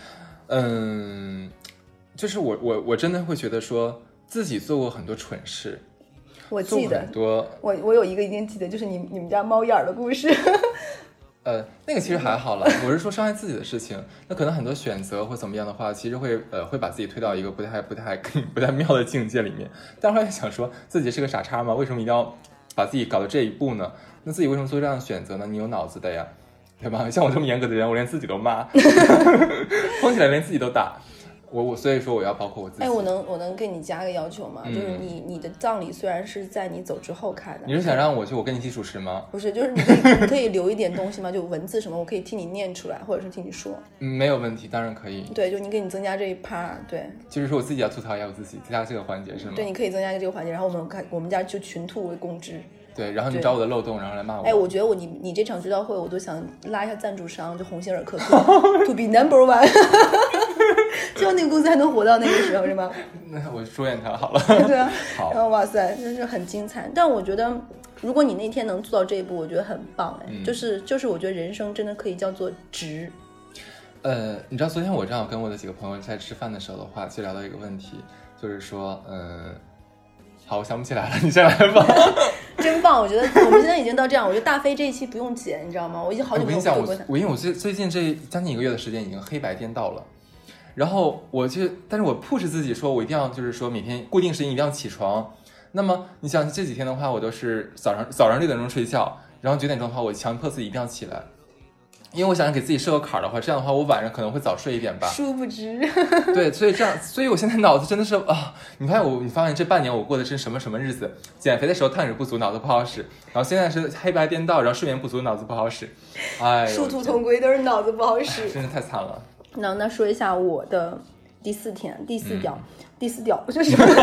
就是我真的会觉得说自己做过很多蠢事。 我记得我有一个一定记得，就是你们家猫眼的故事。 那个其实还好了，我是说伤害自己的事情。那可能很多选择或怎么样的话，其实会把自己推到一个不太妙的境界里面。但是后来想说自己是个傻叉吗？为什么一定要把自己搞到这一步呢？那自己为什么做这样的选择呢？你有脑子的呀，对吧？像我这么严格的人，我连自己都骂，疯起来连自己都打。所以说我要包括我自己。 我能给你加个要求吗？就是你的葬礼虽然是在你走之后开的， 你是想让我跟你一起主持吗？ 不是，就是你可以留一点东西吗？就文字什么，我可以替你念出来，或者是替你说。 没有问题，当然可以。 对，就你给你增加这一 part， 对。 就是说我自己要吐槽一下我自己，增加这个环节是吗？ 对，你可以增加一个这个环节，然后我们家就群吐为共知。 对，然后你找我的漏洞，然后来骂我。 我觉得你这场追悼会，我都想拉一下赞助商，就鸿星尔克 to be number one。希望那个公司还能活到那个时候，是吗？ 那我祝愿他好了。 对啊， 好。 然后哇塞，真是很精彩。但我觉得，如果你那天能做到这一步，我觉得很棒就是我觉得人生真的可以叫做值。 你知道昨天我正好跟我的几个朋友在吃饭的时候的话，就聊到一个问题，就是说，好，我想不起来了，你先来吧。 真棒，我觉得我们现在已经到这样，我觉得大飞这一期不用剪，你知道吗？我已经好久没有做过。 因为我最近这将近1个月的时间已经黑白颠倒了，然后但是我push自己说，我一定要就是说每天固定时间一定要起床。那么你想这几天的话，我都是早上6点钟睡觉，然后9点钟的话，我强迫自己一定要起来。因为我想给自己设个坎儿的话，这样的话我晚上可能会早睡一点吧。 殊不知， 对，所以我现在脑子真的是啊，你发现这半年我过的是什么日子？减肥的时候碳水不足，脑子不好使，然后现在是黑白颠倒，然后睡眠不足，脑子不好使，哎， 殊途同归，都是脑子不好使， 真是太惨了。 那说一下我的第4条，我就是我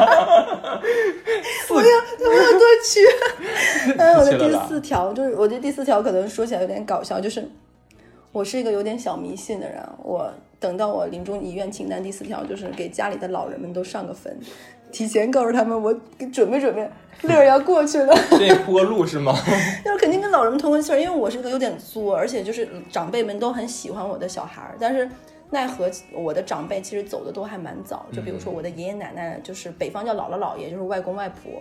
要多去。我的第4条就是，我的第4条可能说起来有点搞笑，就是我是一个有点小迷信的人。我等到我临终遗愿清单第4条就是给家里的老人们都上个坟，提前告诉他们我准备乐要过去了。 这铺个路是吗？ 就是肯定跟老人们通个气儿，因为我是个有点作，而且就是长辈们都很喜欢我的小孩，但是奈何我的长辈其实走的都还蛮早，就比如说我的爷爷奶奶，就是北方叫姥姥姥爷，就是外公外婆，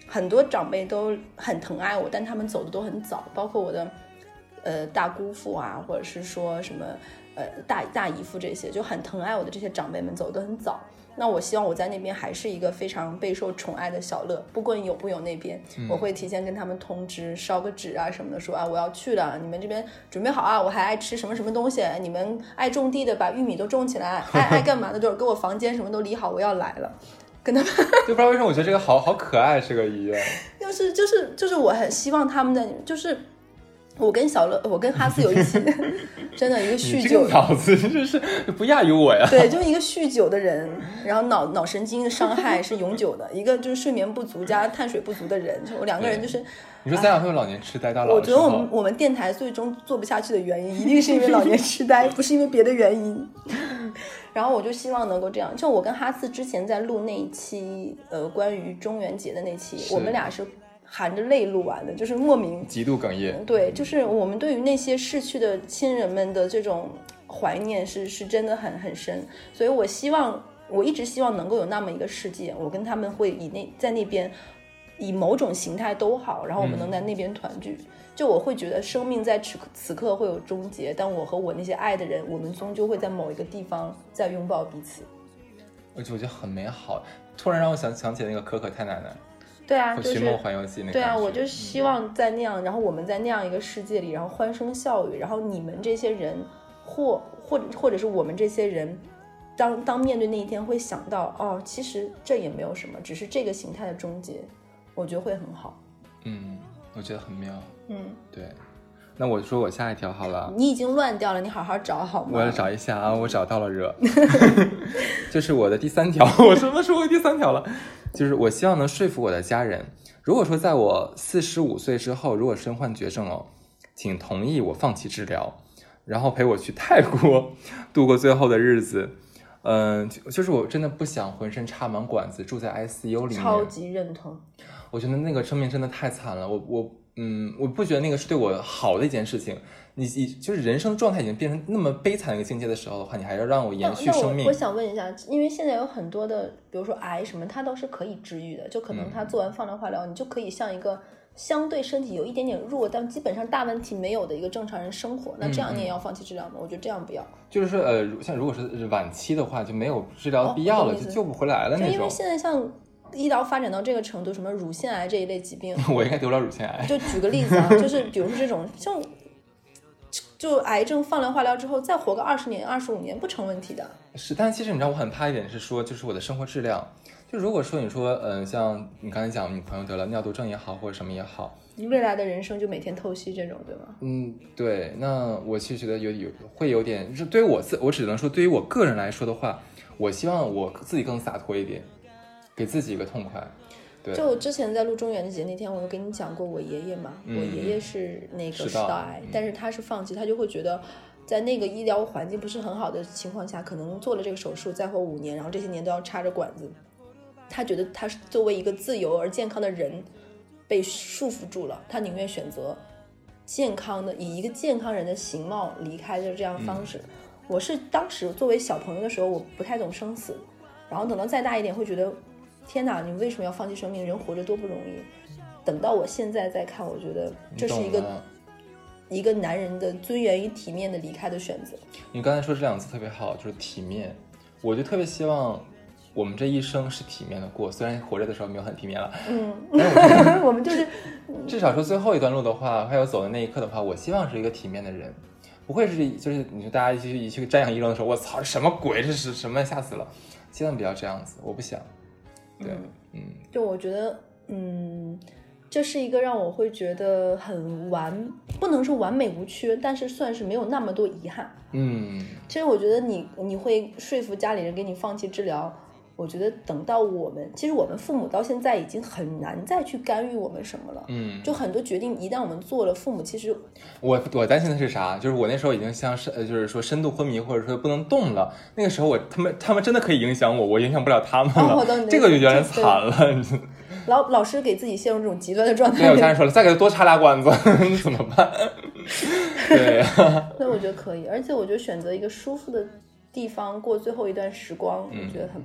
很多长辈都很疼爱我，但他们走的都很早，包括我的大姑父啊，或者是说什么大姨父，这些就很疼爱我的这些长辈们走得很早。那我希望我在那边还是一个非常备受宠爱的小乐，不管有不有那边，我会提前跟他们通知，烧个纸啊什么的，说啊我要去了，你们这边准备好啊，我还爱吃什么什么东西，你们爱种地的把玉米都种起来，爱干嘛的就是给我房间什么都理好，我要来了。跟他们就不知道为什么我觉得这个好可爱，这个医院就是我很希望他们的就是我跟哈斯有一起真的一个酗酒， 脑子真是不亚于我呀。 对，就是一个酗酒的人，然后脑神经的伤害是永久的，一个就是睡眠不足加碳水不足的人，我两个人就是你说咱俩会有老年痴呆到老的时候？我觉得我们电台最终做不下去的原因一定是因为老年痴呆不是因为别的原因。然后我就希望能够这样，就我跟哈斯之前在录那一期关于中元节的那期，我们俩是含着泪录完的，就是莫名极度哽咽。 对，就是我们对于那些逝去的亲人们的这种怀念是真的很深，所以我一直希望能够有那么一个世界，我跟他们会在那边以某种形态都好，然后我们能在那边团聚。就我会觉得生命在此刻会有终结，但我和我那些爱的人，我们终究会在某一个地方再拥抱彼此。 我觉得很美好，突然让我想起那个可可太奶奶。 对啊，就是寻梦环游记那个。 对啊，我就希望在那样，然后我们在那样一个世界里，然后欢声笑语，然后你们这些人或者是我们这些人，当面对那一天会想到，哦，其实这也没有什么，只是这个形态的终结，我觉得会很好。 我觉得很妙。对。那我说我下一条好了。 你已经乱掉了，你好好找好吗？ 我要找一下啊，我找到了热。就是我的第3条，我什么时候第3条了？就是我希望能说服我的家人，如果说在我45岁之后，如果身患绝症请同意我放弃治疗，然后陪我去泰国度过最后的日子。就是我真的不想浑身插满管子住在 ICU 里面。 超级认同。 我觉得那个生命真的太惨了，我不觉得那个是对我好的一件事情。你就是人生状态已经变成那么悲惨的一个境界的时候的话，你还要让我延续生命。 我想问一下，因为现在有很多的，比如说癌什么，它都是可以治愈的，就可能它做完放疗化疗，你就可以像一个相对身体有一点点弱，但基本上大问题没有的一个正常人生活。那这样你也要放弃治疗吗？我觉得这样不要。就是说像如果是晚期的话，就没有治疗的必要了，就救不回来了那种。 因为现在像医疗发展到这个程度，什么乳腺癌这一类疾病， 我应该得不了乳腺癌。 就举个例子啊，就是比如说这种像就癌症放疗化疗之后再活个20年25年不成问题的。 是，但其实你知道我很怕一点是说，就是我的生活质量。就如果说你说像你刚才讲你朋友得了尿毒症也好，或者什么也好， 你未来的人生就每天透析这种，对吗？ 对。那我其实觉得会有点，就是对于我只能说对于我个人来说的话，我希望我自己更洒脱一点，给自己一个痛快。对， 就我之前在录中元节那天，我有跟你讲过我爷爷嘛，我爷爷是那个食道癌，但是他是放弃，他就会觉得在那个医疗环境不是很好的情况下，可能做了这个手术再活5年，然后这些年都要插着管子，他觉得他是作为一个自由而健康的人被束缚住了，他宁愿选择健康的以一个健康人的形貌离开的这样方式。我是当时作为小朋友的时候，我不太懂生死，然后等到再大一点会觉得天哪，你为什么要放弃生命？人活着多不容易。等到我现在再看，我觉得这是一个男人的尊严与体面的离开的选择。 你刚才说这2个字特别好，就是体面。我就特别希望我们这一生是体面的过，虽然活着的时候没有很体面了。 我们就是至少说最后一段路的话，还有走的那一刻的话，我希望是一个体面的人，不会是就是你说大家一起瞻仰遗容的时候，我操，什么鬼，这是什么，吓死了。希望不要这样子，我不想。对， 就我觉得，这是一个让我会觉得很不能说完美无缺，但是算是没有那么多遗憾。其实我觉得你会说服家里人给你放弃治疗，我觉得等到其实我们父母到现在已经很难再去干预我们什么了。就很多决定一旦我们做了，父母其实我担心的是啥？就是我那时候已经像是就是说深度昏迷，或者说不能动了。那个时候他们真的可以影响我影响不了他们了。这个就有点惨了。 老师给自己陷入这种极端的状态。 对，我刚才说了，再给他多插俩管子，怎么办？对呀。 所以我觉得可以，而且我觉得选择一个舒服的地方过最后一段时光，我觉得很棒。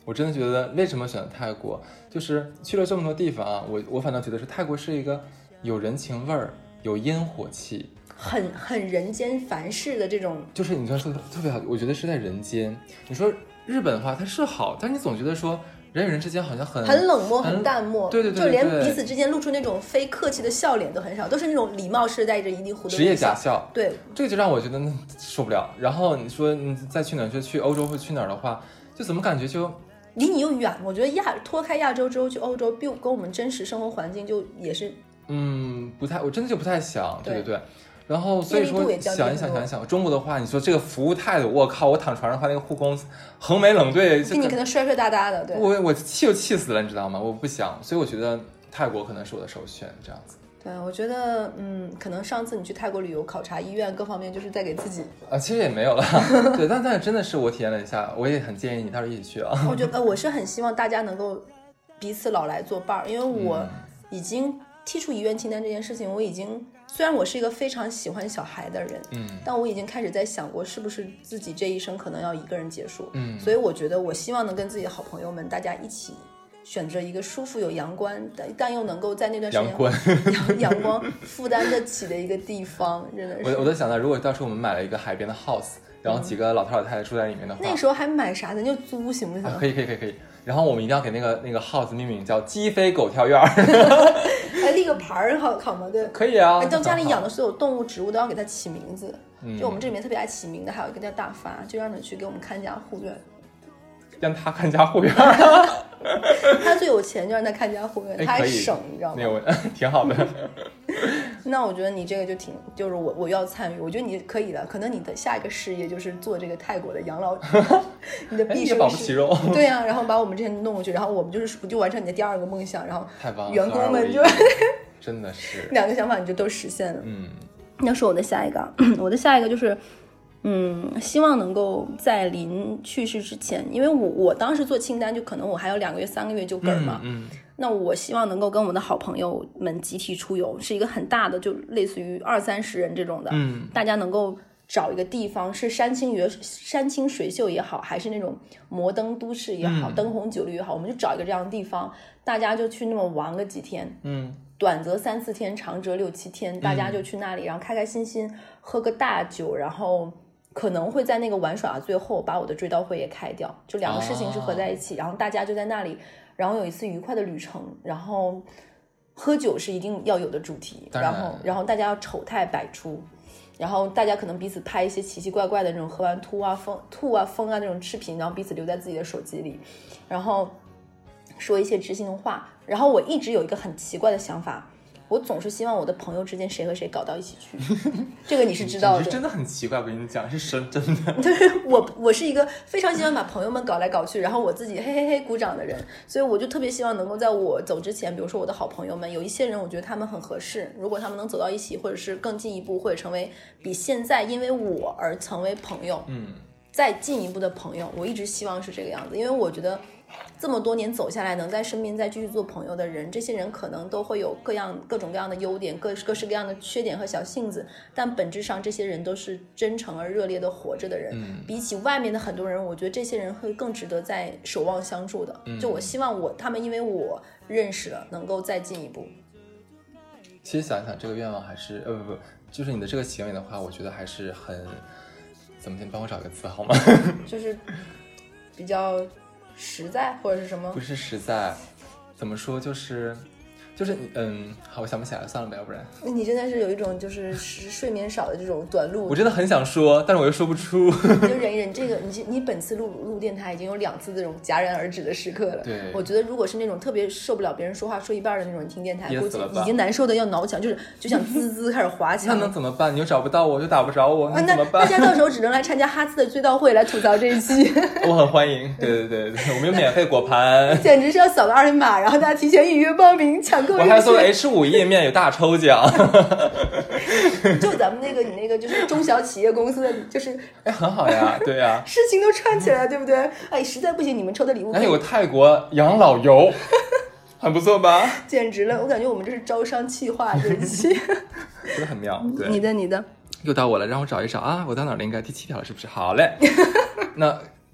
我真的觉得为什么选泰国，就是去了这么多地方啊，我反倒觉得是泰国是一个有人情味儿、有烟火气。 很人间凡事的这种， 就是你说的特别好，我觉得是在人间。你说日本的话，它是好，但是你总觉得说人与人之间好像很冷漠、很淡漠， 对， 就连彼此之间露出那种非客气的笑脸都很少，都是那种礼貌式带着一定弧度的职业假笑。 对， 这个就让我觉得受不了。然后你说你再去哪儿，就去欧洲或去哪儿的话，就怎么感觉就离你又远。我觉得脱开亚洲之后去欧洲，跟我们真实生活环境就也是不太，我真的就不太想。对。然后所以说想一想，中国的话，你说这个服务态度，我靠，我躺床上的话，那个护工横眉冷对， 比你可能帅哒哒的。对， 我气死了，你知道吗？我不想，所以我觉得泰国可能是我的首选，这样子。 对，我觉得可能上次你去泰国旅游考察医院各方面，就是在给自己其实也没有了。对，但真的是我体验了一下，我也很建议你到时候一起去啊。 我觉得我是很希望大家能够彼此老来作伴，因为我已经剔除遗愿清单这件事情，我已经虽然我是一个非常喜欢小孩的人，但我已经开始在想过是不是自己这一生可能要一个人结束。所以我觉得我希望能跟自己的好朋友们大家一起选择一个舒服有阳光但又能够在那段时间阳光负担得起的一个地方。真的是我都想到，如果到时候我们买了一个海边的 house， 然后几个老头老太太住在里面的话， 那时候还买啥？咱就租行不行？ 可以。然后我们一定要给那个 house 命名叫鸡飞狗跳院。 还立个牌儿好吗？对， 可以啊。 到家里养的所有动物植物都要给它起名字。就我们这里面特别爱起名的，还有一个叫大发，就让他去给我们看家护院。 让他看家护院。 他最有钱，就让他看家护院，他还省，你知道吗？ 挺好的。 那我觉得你这个就是我要参与，我觉得你可以的。可能你的下一个事业就是做这个泰国的养老，你的毕生保不齐肉。 对啊，然后把我们这些弄过去，然后我们就完成你的第二个梦想，然后太棒了， 员工们就真的是两个想法你就都实现了。那是我的下一个，我的下一个就是希望能够在临去世之前，因为我当时做清单，就可能我还有2个月3个月就嗝嘛。那我希望能够跟我们的好朋友们集体出游，是一个很大的，就类似于20-30人这种的。大家能够找一个地方，是山清水秀也好，还是那种摩登都市也好，灯红酒绿也好，我们就找一个这样的地方，大家就去那么玩个几天。短则3-4天，长则6-7天，大家就去那里，然后开开心心喝个大酒，然后可能会在那个玩耍最后把我的追悼会也开掉，就2个事情是合在一起，然后大家就在那里，然后有一次愉快的旅程，然后喝酒是一定要有的主题，然后大家要丑态百出，然后大家可能彼此拍一些奇奇怪怪的那种喝完吐啊风啊那种视频，然后彼此留在自己的手机里，然后说一些知心的话。然后我一直有一个很奇怪的想法，我总是希望我的朋友之间谁和谁搞到一起去。这个你是知道的。 你是真的很奇怪，我跟你讲，是真的。 对，我是一个非常喜欢把朋友们搞来搞去，然后我自己嘿嘿嘿鼓掌的人，所以我就特别希望能够在我走之前，比如说我的好朋友们，有一些人我觉得他们很合适，如果他们能走到一起，或者是更进一步，或者成为比现在因为我而成为朋友，再进一步的朋友，我一直希望是这个样子。因为我觉得这么多年走下来，能在身边再继续做朋友的人，这些人可能都会有各种各样的优点，各式各样的缺点和小性子，但本质上这些人都是真诚而热烈的活着的人。比起外面的很多人，我觉得这些人会更值得在守望相助的。就我希望他们因为我认识了，能够再进一步。 其实想一想，这个愿望还是不，就是你的这个行为的话，我觉得还是很怎么，你帮我找一个词好吗？ 就是比较实在，或者是什么？ 不是实在，怎么说？就是好，我想不起来了，算了吧，要不然。 你真的是有一种就是睡眠少的这种短路。 我真的很想说，但是我又说不出。 你就忍一忍，这个你本次录电台已经有2次这种戛然而止的时刻了。 对， 我觉得如果是那种特别受不了别人说话说一半的那种人听电台，估计已经难受的要挠墙，就想滋滋开始滑墙。 那能怎么办？你又找不到我，又打不着我，那怎么办？ 大家到时候只能来参加哈斯的追悼会来吐槽这一期。 我很欢迎，对，我们有免费果盘， 简直是要扫个2维码，然后大家提前预约报名抢购。 我还做个 H5页面有大抽奖。 就咱们你那个就是中小企业公司的，就是很好呀，对呀， 事情都串起来了，对不对？实在不行你们抽的礼物还有个泰国养老游，很不错吧？ 简直了，我感觉我们这是招商企划这一期。 真的很妙。对， 你的又到我了，让我找一找啊，我到哪了？应该第7条了，是不是？好嘞。那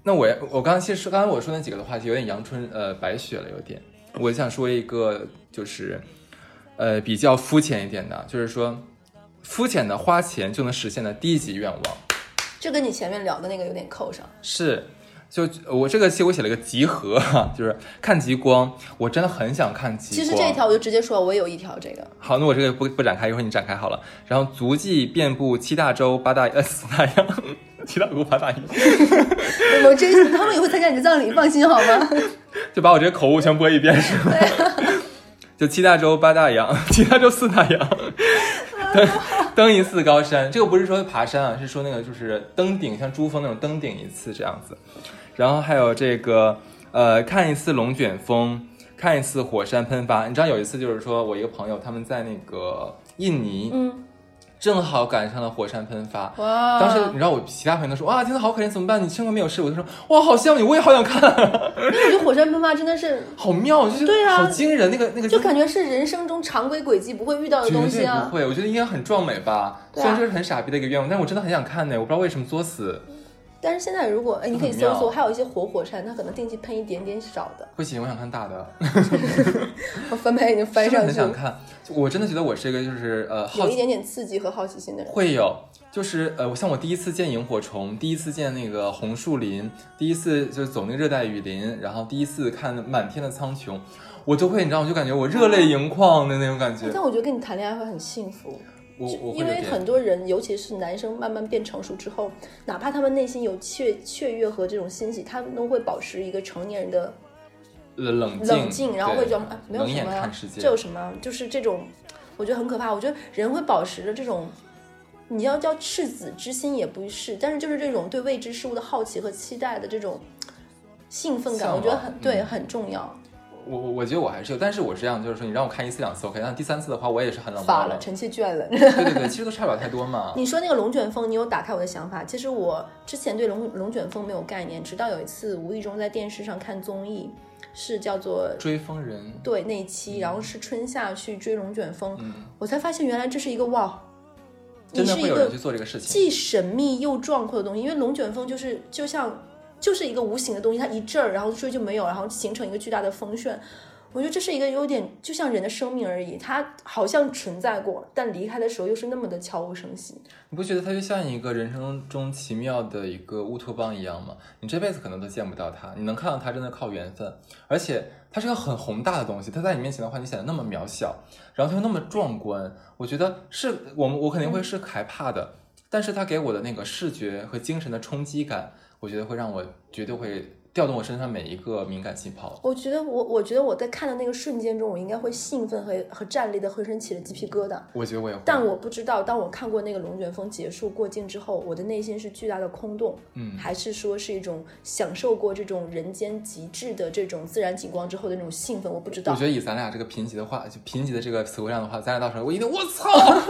那我刚才我说那几个的话就有点阳春白雪了，有点。我想说一个就是比较肤浅一点的，就是说肤浅的花钱就能实现的低级愿望。 这跟你前面聊的那个有点扣上。 是，就我这个其实我写了一个极合，就是看极光，我真的很想看极光。 其实这一条我就直接说，我也有一条这个。 好，那我这个不展开，一会儿你展开好了。然后足迹遍布7大洲4大洋，7大洲8大洋。 我这次他们也会参加你的葬礼，放心好吗？ 就把我这个口误全播一遍是吗？就7大洲8大洋，7大洲4大洋。登一次高山，这个不是说爬山啊，是说那个就是登顶，像珠峰那种登顶一次这样子。然后还有这个看一次龙卷风，看一次火山喷发。你知道有一次就是说我一个朋友他们在那个印尼，正好赶上了火山喷发。哇！当时你知道我其他朋友都说哇，天呐好可怜，怎么办？你幸亏没有事。我就说哇，好羡慕你，我也好想看。 我觉得火山喷发真的是好妙，就是对啊， 好惊人，那个就感觉是人生中常规轨迹不会遇到的东西啊。 绝对不会，我觉得应该很壮美吧。虽然这是很傻逼的一个愿望，但是我真的很想看呢，我不知道为什么作死。 但是现在如果你可以搜搜，还有一些活火山，它可能定期喷一点点小的。 不行，我想看大的。 我翻拍已经翻上去了， 很想看。我真的觉得我是一个就是有一点点刺激和好奇心的人。 会有，就是像我第一次见萤火虫，第一次见那个红树林，第一次就是走那个热带雨林，然后第一次看满天的苍穹，我就会你知道，我就感觉我热泪盈眶的那种感觉。 但我觉得跟你谈恋爱会很幸福。 我因为很多人，尤其是男生，慢慢变成熟之后，哪怕他们内心有雀跃和这种欣喜，他们都会保持一个成年人的冷静，然后会说没有什么，这有什么，就是这种，我觉得很可怕。我觉得人会保持着这种，你要叫赤子之心也不是，但是就是这种对未知事物的好奇和期待的这种兴奋感，我觉得很重要。 我觉得我还是有，但是我是这样，就是说你让我看1次2次 OK， 但第3次的话我也是很冷漠了，臣妾倦了。 对，其实都差不了太多嘛。 你说那个龙卷风，你有打开我的想法。其实我之前对龙卷风没有概念，直到有一次无意中在电视上看综艺，是叫做追风人， 对那一期，然后是春夏去追龙卷风，我才发现原来这是一个哇， 真的会有人去做这个事情， 既神秘又壮阔的东西。因为龙卷风就是一个无形的东西，它一阵儿，然后追就没有，然后形成一个巨大的风旋。我觉得这是一个有点就像人的生命而已，它好像存在过，但离开的时候又是那么的悄无声息。 你不觉得它就像一个人生中奇妙的一个乌托邦一样吗？你这辈子可能都见不到它，你能看到它真的靠缘分。而且它是个很宏大的东西，它在你面前的话，你显得那么渺小，然后它又那么壮观。我觉得是我肯定会是害怕的，但是它给我的那个视觉和精神的冲击感，我觉得会让我绝对会调动我身上每一个敏感细胞。我觉得我在看的那个瞬间中，我应该会兴奋和站立的浑身起了鸡皮疙瘩。 我觉得我也会， 但我不知道，当我看过那个龙卷风结束过境之后，我的内心是巨大的空洞，还是说是一种享受过这种人间极致的这种自然景观之后的那种兴奋，我不知道。 我觉得以咱俩这个贫瘠的话，就贫瘠的这个词汇量的话，咱俩到时候我一定我操，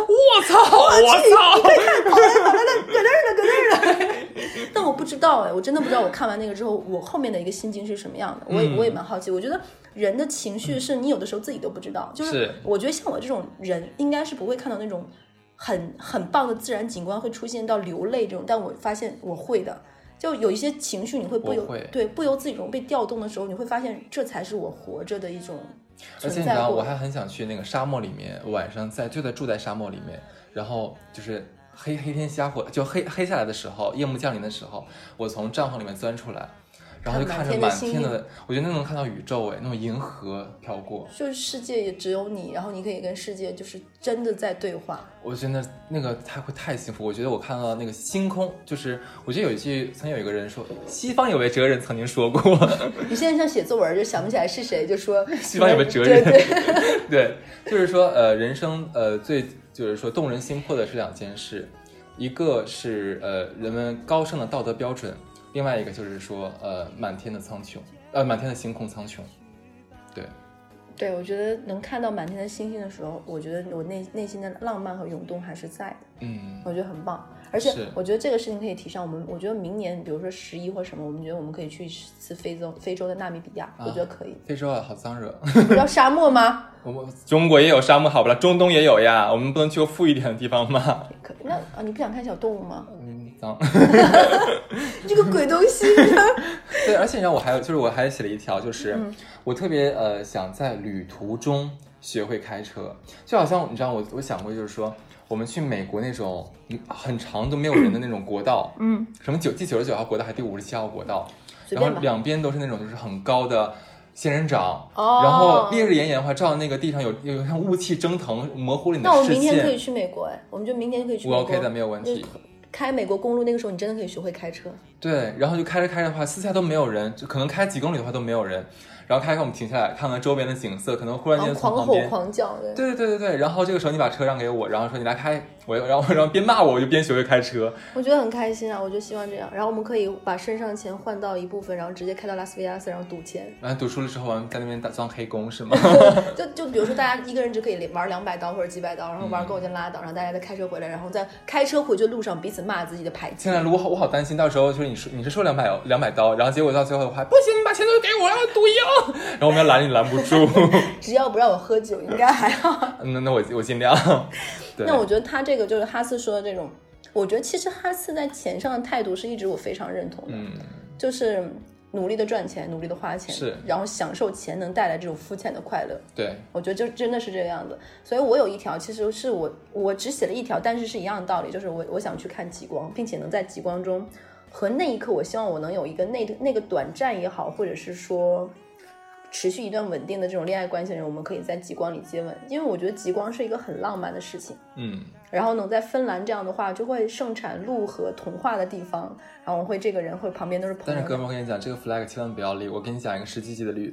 你快看，跑来了，搁那儿了。但我不知道我真的不知道我看完那个之后我后面的一个心境是什么样的。我也蛮好奇。我觉得人的情绪是你有的时候自己都不知道，就是我觉得像我这种人应该是不会看到那种很棒的自然景观会出现到流泪这种，但我发现我会的。就有一些情绪你会不由自己中被调动的时候，你会发现这才是我活着的一种存在。而且你知道我还很想去那个沙漠里面，晚上住在沙漠里面，然后就是黑天瞎火，就黑下来的时候，夜幕降临的时候，我从帐篷里面钻出来，然后就看着满天的，我觉得那能看到宇宙那种银河飘过， 就是世界也只有你，然后你可以跟世界就是真的在对话。 我觉得那个会太幸福。我觉得我看到那个星空，就是我觉得曾经有一个人说，西方有位哲人曾经说过， 你现在像写作文就想不起来是谁，就说西方有位哲人，对，就是说人生最就是说动人心魄的是2件事，一个是人们高尚的道德标准，另外一个就是说满天的星空苍穹。 对，我觉得能看到满天的星星的时候，我觉得我内心的浪漫和涌动还是在的。我觉得很棒。而且我觉得这个事情可以提上我觉得明年比如说11或什么，我们觉得我们可以去一次非洲的纳米比亚，我觉得可以。 非洲好脏热， 不知道沙漠吗？ 我们中国也有沙漠好不了，中东也有呀，我们不能去个富一点的地方吗？ 那你不想看小动物吗？ 脏。 这个鬼东西。 对，而且你知道我还写了一条，就是我特别想在旅途中学会开车，就好像你知道我想过，就是说我们去美国那种很长都没有人的那种国道，什么第99号国道还第57号国道，然后两边都是那种就是很高的仙人掌，然后烈日炎炎的话，照那个地上有像雾气蒸腾，模糊了你的视线。 那我们明天可以去美国，我们就明天可以去美国。 我 OK 的，没有问题。 开美国公路那个时候，你真的可以学会开车。 对，然后就开着的话，四下都没有人，就可能开几公里的话都没有人。然后开我们停下来看看周边的景色，可能忽然间从旁边狂吼狂叫。 对，然后这个时候你把车让给我，然后说你来开，然后边骂我就边学会开车。 我觉得很开心啊，我就希望这样。然后我们可以把身上钱换到一部分，然后直接开到拉斯维加斯，然后赌钱。 然后赌输了之后，在那边装黑工是吗？ 就比如说大家一个人只可以玩200刀或者几百刀，然后玩够就拉倒，然后大家再开车回来，然后在开车回去的路上彼此骂自己的牌技。 现在我好担心，到时候就是你是说200刀，然后结果到最后的话，不行，你把钱都给我，要赌赢，然后我们要拦你拦不住。 只要不让我喝酒，应该还好。 那我尽量。对， 那我觉得他这个就是哈斯说的这种，我觉得其实哈斯在钱上的态度是一直我非常认同的，就是努力的赚钱，努力的花钱， 是， 然后享受钱能带来这种肤浅的快乐。 对， 我觉得就真的是这个样子。所以我有一条，其实是我只写了一条，但是是一样的道理，就是我想去看极光，并且能在极光中和那一刻，我希望我能有一个那个短暂也好，或者是说持续一段稳定的这种恋爱关系的人，我们可以在极光里接吻，因为我觉得极光是一个很浪漫的事情。然后能在芬兰这样的话，就会盛产鹿和童话的地方，然后这个人会旁边都是朋友。 但是哥们，我跟你讲，这个 flag 千万不要立。我跟你讲一个实际的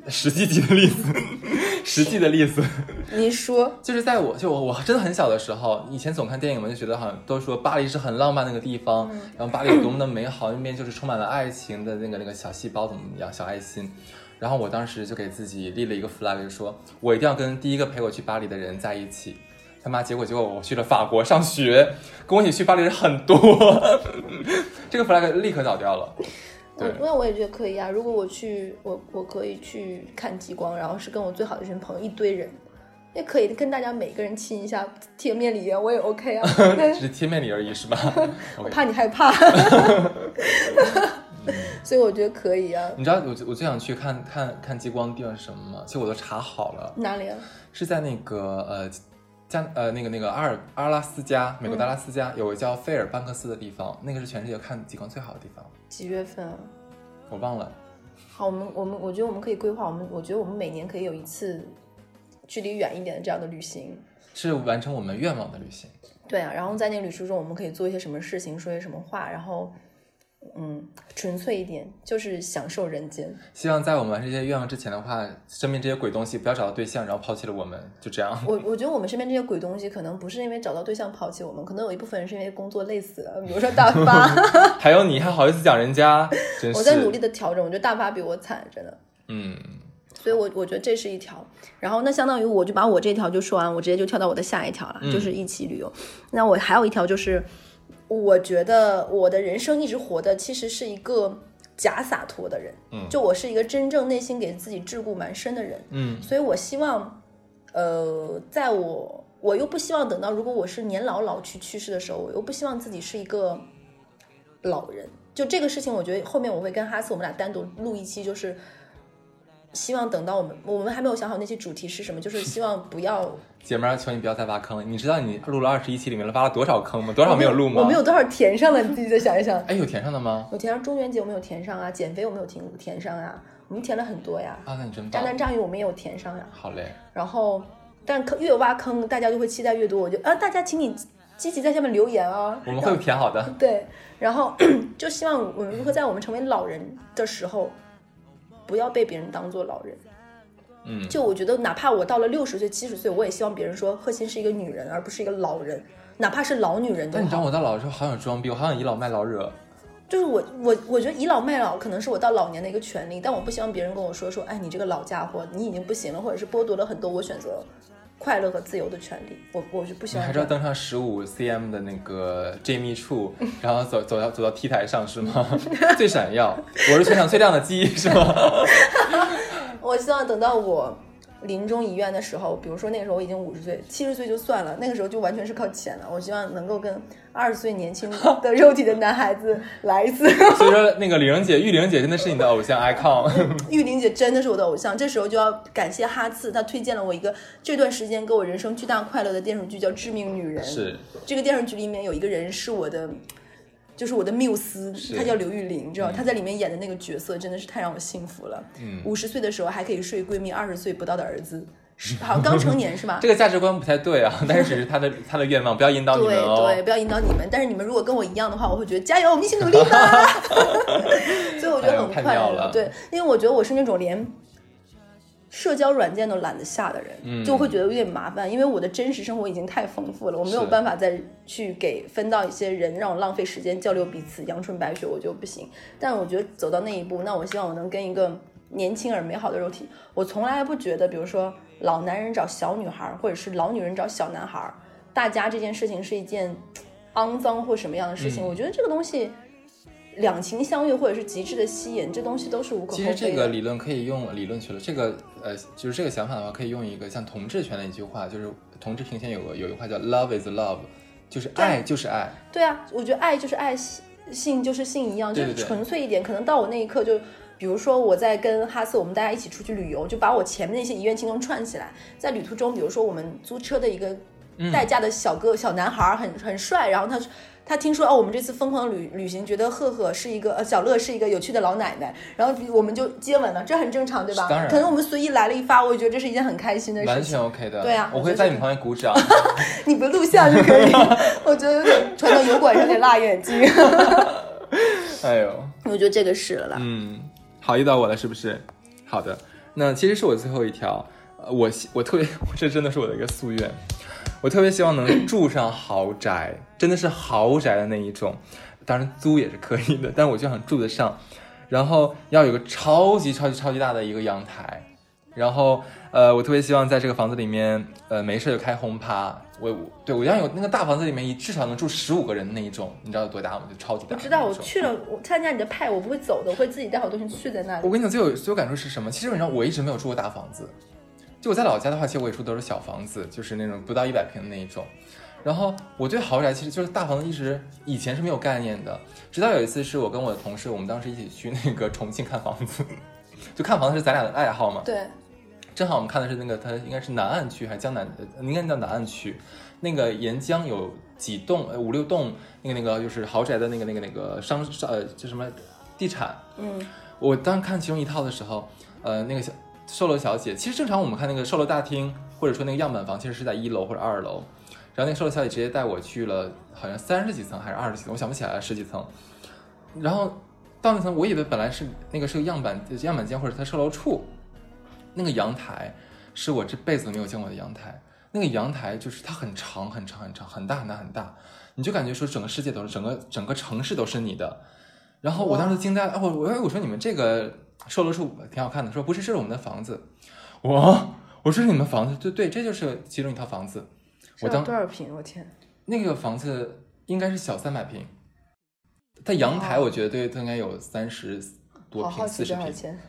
例子。 你说， 就是我真的很小的时候，以前总看电影嘛，就觉得好像都说巴黎是很浪漫那个地方，然后巴黎有多么的美好，那边就是充满了爱情的那个小细胞怎么样，小爱心。然后我当时就给自己立了一个 flag， 就说我一定要跟第一个陪我去巴黎的人在一起。他妈，结果我去了法国上学，跟我一起去巴黎人很多，这个 flag 立刻倒掉了。对， 那我也觉得可以啊。如果我可以去看极光，然后是跟我最好的一群朋友一堆人，也可以跟大家每个人亲一下，贴面礼啊，我也 OK 啊。 只是贴面礼而已是吧？ 我怕你害怕。所以我觉得可以啊。 你知道我最想去看极光的地方是什么吗？其实我都查好了。 哪里啊？ 是在那个那个阿拉斯加，美国的阿拉斯加有个叫费尔班克斯的地方，那个是全世界看极光最好的地方。 几月份啊？ 我忘了。 好，我觉得我们可以规划，我觉得我们每年可以有一次距离远一点的这样的旅行， 是完成我们愿望的旅行。 对啊，然后在那个旅途中，我们可以做一些什么事情，说些什么话，然后纯粹一点，就是享受人间。 希望在我们完成这些愿望之前的话，身边这些鬼东西不要找到对象，然后抛弃了我们，就这样。 我觉得我们身边这些鬼东西可能不是因为找到对象抛弃我们，可能有一部分人是因为工作累死了，比如说大发。 还有你还好意思讲人家？真是。 我在努力的调整，我觉得大发比我惨，真的。所以我觉得这是一条，然后那相当于我就把我这条就说完，我直接就跳到我的下一条了，就是一起旅游。那我还有一条就是。我觉得我的人生一直活的其实是一个假洒脱的人，就我是一个真正内心给自己桎梏蛮深的人，所以我希望，在我又不希望等到如果我是年老去世的时候，我又不希望自己是一个老人。就这个事情，我觉得后面我会跟哈斯我们俩单独录一期，就是希望等到我们还没有想好那期主题是什么，就是希望不要。 姐妹儿，求你不要再挖坑了。你知道你录了21期里面挖了多少坑吗？多少没有录吗？ 我们有多少填上了？你自己再想一想。 哎，有填上的吗？ 有填上中元节，我们有填上啊；减肥我们有填上啊，我们填了很多呀。 啊，那你真棒。 渣男渣女我们也有填上呀。 好嘞。 然后，但越挖坑，大家就会期待越多。我就大家请你积极在下面留言啊， 我们会填好的。 对，然后就希望我们如何在我们成为老人的时候，不要被别人当作老人。就我觉得哪怕我到了60岁70岁，我也希望别人说贺欣是一个女人而不是一个老人，哪怕是老女人都好。 但你知道我到老的时候好想装逼，我好想倚老卖老惹。 就是我觉得倚老卖老可能是我到老年的一个权利，但我不希望别人跟我说哎你这个老家伙你已经不行了，或者是剥夺了很多我选择快乐和自由的权利，我是不希望。 你还知道登上15 cm 的那个 Jamie Choo， 然后走到 T 台上是吗？最闪耀，我是全场最亮的鸡是吗？ 我希望等到我临终遗愿的时候，比如说那个时候我已经50岁，70岁就算了，那个时候就完全是靠钱了。我希望能够跟20岁年轻的肉体的男孩子来一次。 所以说那个李玲姐，玉玲姐真的是你的偶像 icon。 玉玲姐真的是我的偶像，这时候就要感谢哈次，他推荐了我一个这段时间给我人生巨大快乐的电视剧，叫《致命女人》。 是这个电视剧里面有一个人是我的。就是我的缪斯，他叫刘玉玲，知道他在里面演的那个角色真的是太让我幸福了。50岁的时候还可以睡闺蜜20岁不到的儿子，好像刚成年是吧？ 这个价值观不太对啊，但是只是他的愿望，不要引导你们哦。 对，不要引导你们。但是你们如果跟我一样的话，我会觉得加油，我们一起努力吧。所以我觉得很快乐。对，因为我觉得我是那种连社交软件都懒得下的人，就会觉得有点麻烦，因为我的真实生活已经太丰富了，我没有办法再去给分到一些人让我浪费时间交流彼此阳春白雪，我就不行。但我觉得走到那一步，那我希望我能跟一个年轻而美好的肉体。我从来不觉得比如说老男人找小女孩或者是老女人找小男孩，大家这件事情是一件肮脏或什么样的事情，我觉得这个东西两情相悦或者是极致的吸引，这东西都是无可厚非的。 其实这个理论可以用理论去了，这个就是这个想法的话，可以用一个像同志权的一句话，就是同志平权有一句话叫 Love is love， 就是爱就是爱。 对啊，我觉得爱就是爱，性就是性一样，就是纯粹一点。可能到我那一刻就。比如说我在跟哈斯我们大家一起出去旅游，就把我前面那些遗愿清单串起来，在旅途中比如说我们租车的一个代驾的小男孩很帅，然后他听说我们这次疯狂的旅行，觉得赫赫是一个小乐是一个有趣的老奶奶，然后我们就接吻了，这很正常对吧？ 当然， 可能我们随意来了一发，我也觉得这是一件很开心的事情， 完全 OK 的。 对啊， 我会在你旁边鼓掌。 你不录像就可以。我觉得有点传到油管上有点辣眼睛。 哎呦， 我觉得这个是了啦。 好，遇到我了是不是？好的，那其实是我最后一条，我特别，这真的是我的一个夙愿，我特别希望能住上豪宅，真的是豪宅的那一种，当然租也是可以的，但是我就想住得上，然后要有个超级大的一个阳台，然后我特别希望在这个房子里面，没事就开轰趴。我要有那个大房子里面至少能住15个人的那一种，你知道有多大吗？就超级大。 我知道，我去了，我参加你的派，我不会走的，我会自己带好东西去在那里。 我跟你讲，最有感触是什么？其实你知道，我一直没有住过大房子。就我在老家的话，其实我也住都是小房子，就是那种不到100平的那一种。然后我对豪宅其实就是大房子以前是没有概念的，直到有一次是我跟我的同事，我们当时一起去那个重庆看房子，就看房子是咱俩的爱好嘛。 对。 正好我们看的是那个，它应该是南岸区还是江南，应该叫南岸区。那个沿江有几栋5、6栋那个就是豪宅的那个就什么地产。我当看其中一套的时候，那个售楼小姐，其实正常我们看那个售楼大厅或者说那个样板房，其实是在1楼或者2楼，然后那个售楼小姐直接带我去了，好像30几层还是20几层，我想不起来了，10几层。然后到那层，我以为本来是那个是个样板间或者它售楼处，那个阳台是我这辈子没有见过的阳台。那个阳台就是它很长，很大，你就感觉说整个世界都是整个城市都是你的。然后我当时惊呆了，我说你们这个售楼处挺好看的，说不是，是我们的房子。我说是你们房子，对，这就是其中一套房子。我当多少平？我天， 那个房子应该是小300平，它阳台我觉得它应该有30多平，40平。多少钱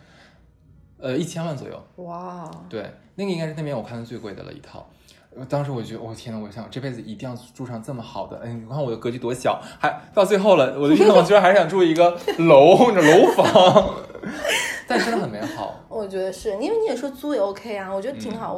？1000万左右。 哇， 对，那个应该是那边我看的最贵的了一套。当时我觉得，天哪！我想这辈子一定要住上这么好的。你看我的格局多小，还到最后了，我的愿望居然还是想住一个楼房，但真的很美好。 我觉得是，因为你也说租也 OK 啊，我觉得挺好。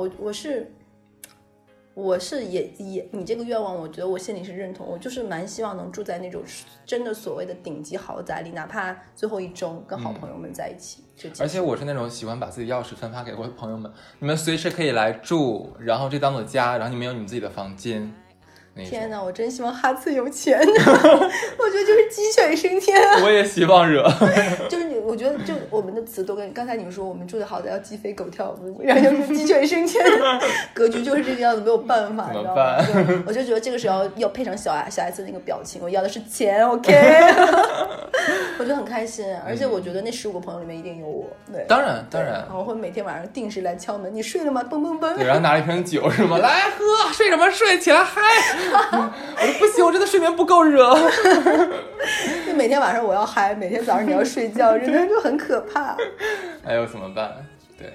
我是也你这个愿望，我觉得我心里是认同。我就是蛮希望能住在那种真的所谓的顶级豪宅里，哪怕最后一周跟好朋友们在一起。 而且我是那种喜欢把自己钥匙分发给我的朋友们，你们随时可以来住，然后这当做家，然后你们有你们自己的房间。 天哪，我真希望哈次有钱。我觉得就是鸡犬升天。 我也希望惹。 就是我觉得就我们的词都跟刚才你们说我们住的豪宅要鸡飞狗跳，然后就是鸡犬升天。格局就是这个样子，没有办法。 怎么办？ 我就觉得这个时候要配上小 S 那个表情，我要的是钱 OK。我觉得很开心，而且我觉得那15个朋友里面一定有我。对， 当然。 我会每天晚上定时来敲门，你睡了吗？蹦蹦蹦。 对，然后拿了一瓶酒是吗？来喝，睡什么睡？起来嗨！我说不行，我真的睡眠不够热。 就每天晚上我要嗨，每天早上你要睡觉，真的就很可怕。 哎呦，怎么办？对，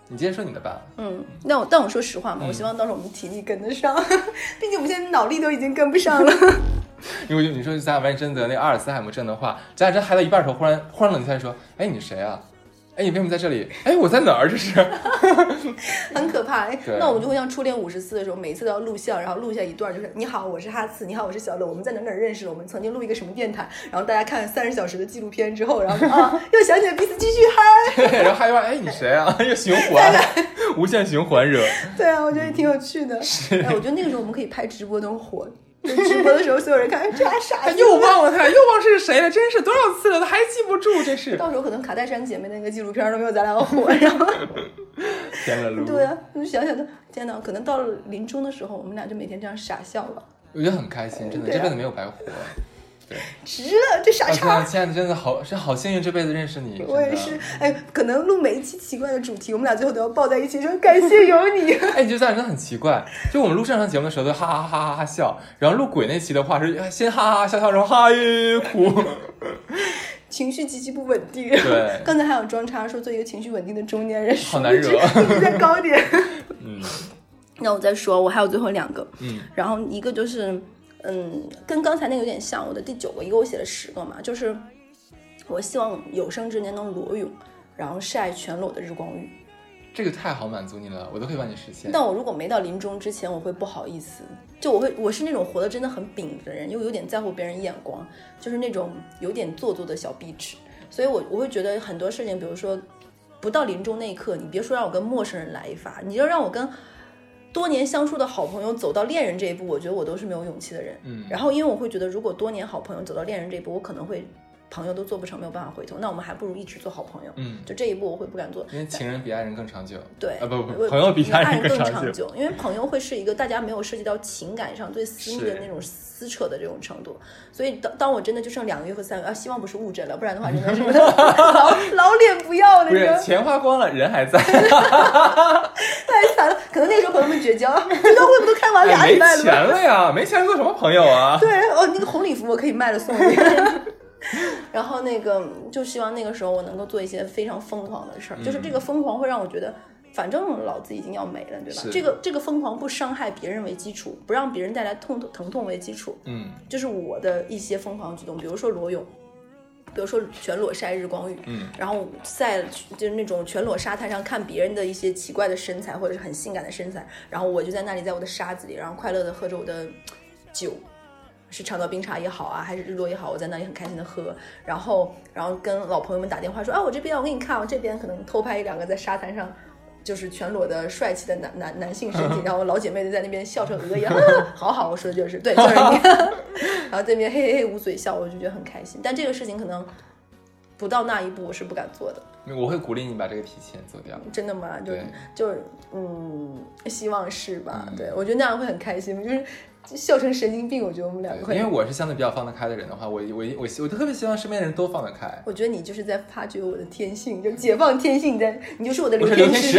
你接着说你的吧。 但我说实话嘛，我希望到时候我们体力跟得上，毕竟我们现在脑力都已经跟不上了。 因为你说咱俩万一真得那个阿尔茨海默症的话，咱俩真嗨到一半的时候，忽然冷静下来说，哎，你谁啊？哎，你为什么在这里？哎，我在哪儿？这是很可怕。那我们就会像初恋54的时候，每一次都要录像，然后录下一段，就是你好，我是哈次，你好，我是小乐，我们在哪认识了？我们曾经录一个什么电台，然后大家看30小时的纪录片之后，然后又想起来彼此继续嗨， 然后嗨一半，哎，你谁啊？又循环，无限循环惹。 对啊，我觉得也挺有趣的。我觉得那个时候我们可以拍直播那种火。直播的时候，所有人看，这还傻子， 又忘了他，又忘是谁了，真是多少次了，他还记不住，这是。 到时候可能卡戴珊姐妹那个纪录片都没有咱俩火，然后。 天了噜。 对啊，就想想，天哪，可能到了临终的时候，我们俩就每天这样傻笑了。 我觉得很开心，真的，这辈子没有白活。对， 值了，这傻叉！ 亲爱的，真的好幸运，这辈子认识你。 我也是，可能录每一期奇怪的主题，我们俩最后都要抱在一起说感谢有你。 你觉得咱俩真的很奇怪，就我们录正常节目的时候都哈哈哈哈哈笑，然后录鬼那期的话是先哈哈哈笑笑，然后哈哭， 情绪极其不稳定。 对， 刚才还有装叉说做一个情绪稳定的中年人， 好难惹， 你再高点。那我再说，我还有最后2个，然后一个就是。跟刚才那个有点像，我的第9个，一个我写了10个嘛，就是我希望有生之年能裸泳，然后晒全裸的日光浴。 这个太好满足你了，我都可以帮你实现。 但我如果没到临终之前，我会不好意思，就我是那种活得真的很秉的人，又有点在乎别人眼光，就是那种有点做作的小壁纸，所以我会觉得很多事情，比如说不到临终那一刻，你别说让我跟陌生人来一发，你就让我跟多年相处的好朋友走到恋人这一步，我觉得我都是没有勇气的人。然后因为我会觉得，如果多年好朋友走到恋人这一步，我可能会朋友都做不成，没有办法回头，那我们还不如一直做好朋友。就这一步我会不敢做， 因为情人比爱人更长久。 对， 不，朋友比爱人更长久，因为朋友会是一个大家没有涉及到情感上最私密的那种撕扯的这种程度。所以当我真的就剩2个月和3个月，希望不是误诊了，不然的话真的是老脸不要了。 不是钱花光了，人还在。 太惨了，可能那个时候朋友们绝交，绝交会不都开完2礼拜了？ 没钱了呀，没钱做什么朋友啊？ 对那个红礼服我可以卖了送你。然后那个就希望那个时候我能够做一些非常疯狂的事儿，就是这个疯狂会让我觉得，反正老子已经要没了，对吧？这个疯狂不伤害别人为基础，不让别人带来疼痛为基础，就是我的一些疯狂举动，比如说裸泳。比如说全裸晒日光浴，然后就是那种全裸沙滩上看别人的一些奇怪的身材或者是很性感的身材，然后我就在那里在我的沙子里，然后快乐的喝着我的酒，是长岛冰茶也好啊，还是日落也好，我在那里很开心的喝，然后跟老朋友们打电话说我这边我给你看，我这边可能偷拍1-2个在沙滩上就是全裸的帅气的男性身体，然后老姐妹就在那边笑成鹅一样，好，我说的就是对，就是你，然后这边嘿嘿嘿捂嘴笑，我就觉得很开心。但这个事情可能不到那一步，我是不敢做的。 我会鼓励你把这个提前做掉。 真的吗？就是希望是吧？对，我觉得那样会很开心，就是笑成神经病。我觉得我们2个会， 因为我是相对比较放得开的人的话，我特别希望身边的人都放得开。 我觉得你就是在发掘我的天性，就解放天性，你就是我的刘天使。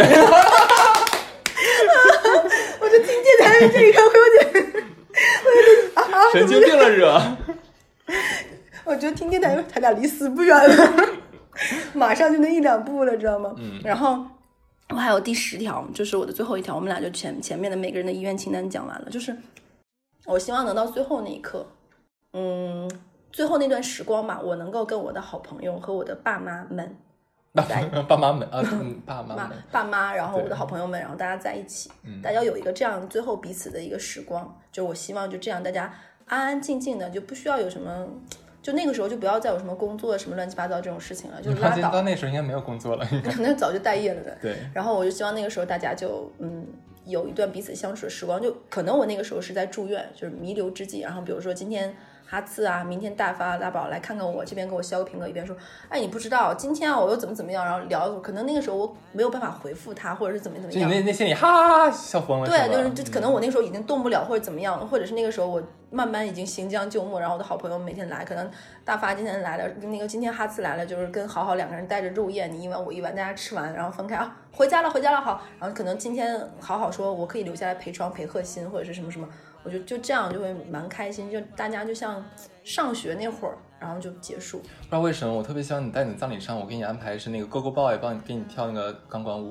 我就听电台的这一刻会有点神经病了惹。 我觉得听电台他俩离死不远了，马上就那1-2步了，知道吗？然后我还有第10条，就是我的最后一条，我们俩就前面的每个人的遗愿清单讲完了，就是我希望能到最后那一刻，最后那段时光吧，我能够跟我的好朋友和我的爸妈们爸妈们啊， 爸妈，然后我的好朋友们，然后大家在一起，大家有一个这样最后彼此的一个时光，就我希望就这样大家安安静静的，就不需要有什么，就那个时候就不要再有什么工作什么乱七八糟这种事情了，就拉倒。 到那时候应该没有工作了， 那早就待业了的。 对。 然后我就希望那个时候大家就有一段彼此相处的时光，就可能我那个时候是在住院，就是弥留之际，然后比如说今天哈次啊，明天大发大宝来看看我，这边给我削个苹果，一边说你不知道今天我又怎么样，然后聊，可能那个时候我没有办法回复他，或者是怎么样， 就你那心里哈哈笑疯了。 对，就是可能我那个时候已经动不了，或者怎么样，或者是那个时候我慢慢已经行将就木，然后我的好朋友每天来，可能大发今天来了，那个今天哈次来了，就是跟好2个人带着肉宴，你一碗我一碗，大家吃完然后分开回家了好，然后可能今天好说我可以留下来陪床陪贺心或者是什么什么，我就这样就会蛮开心，就大家就像上学那会儿，然后就结束。 不知道为什么我特别希望你在你的葬礼上，我给你安排是那个 Go Go Boy 给你跳那个钢管舞，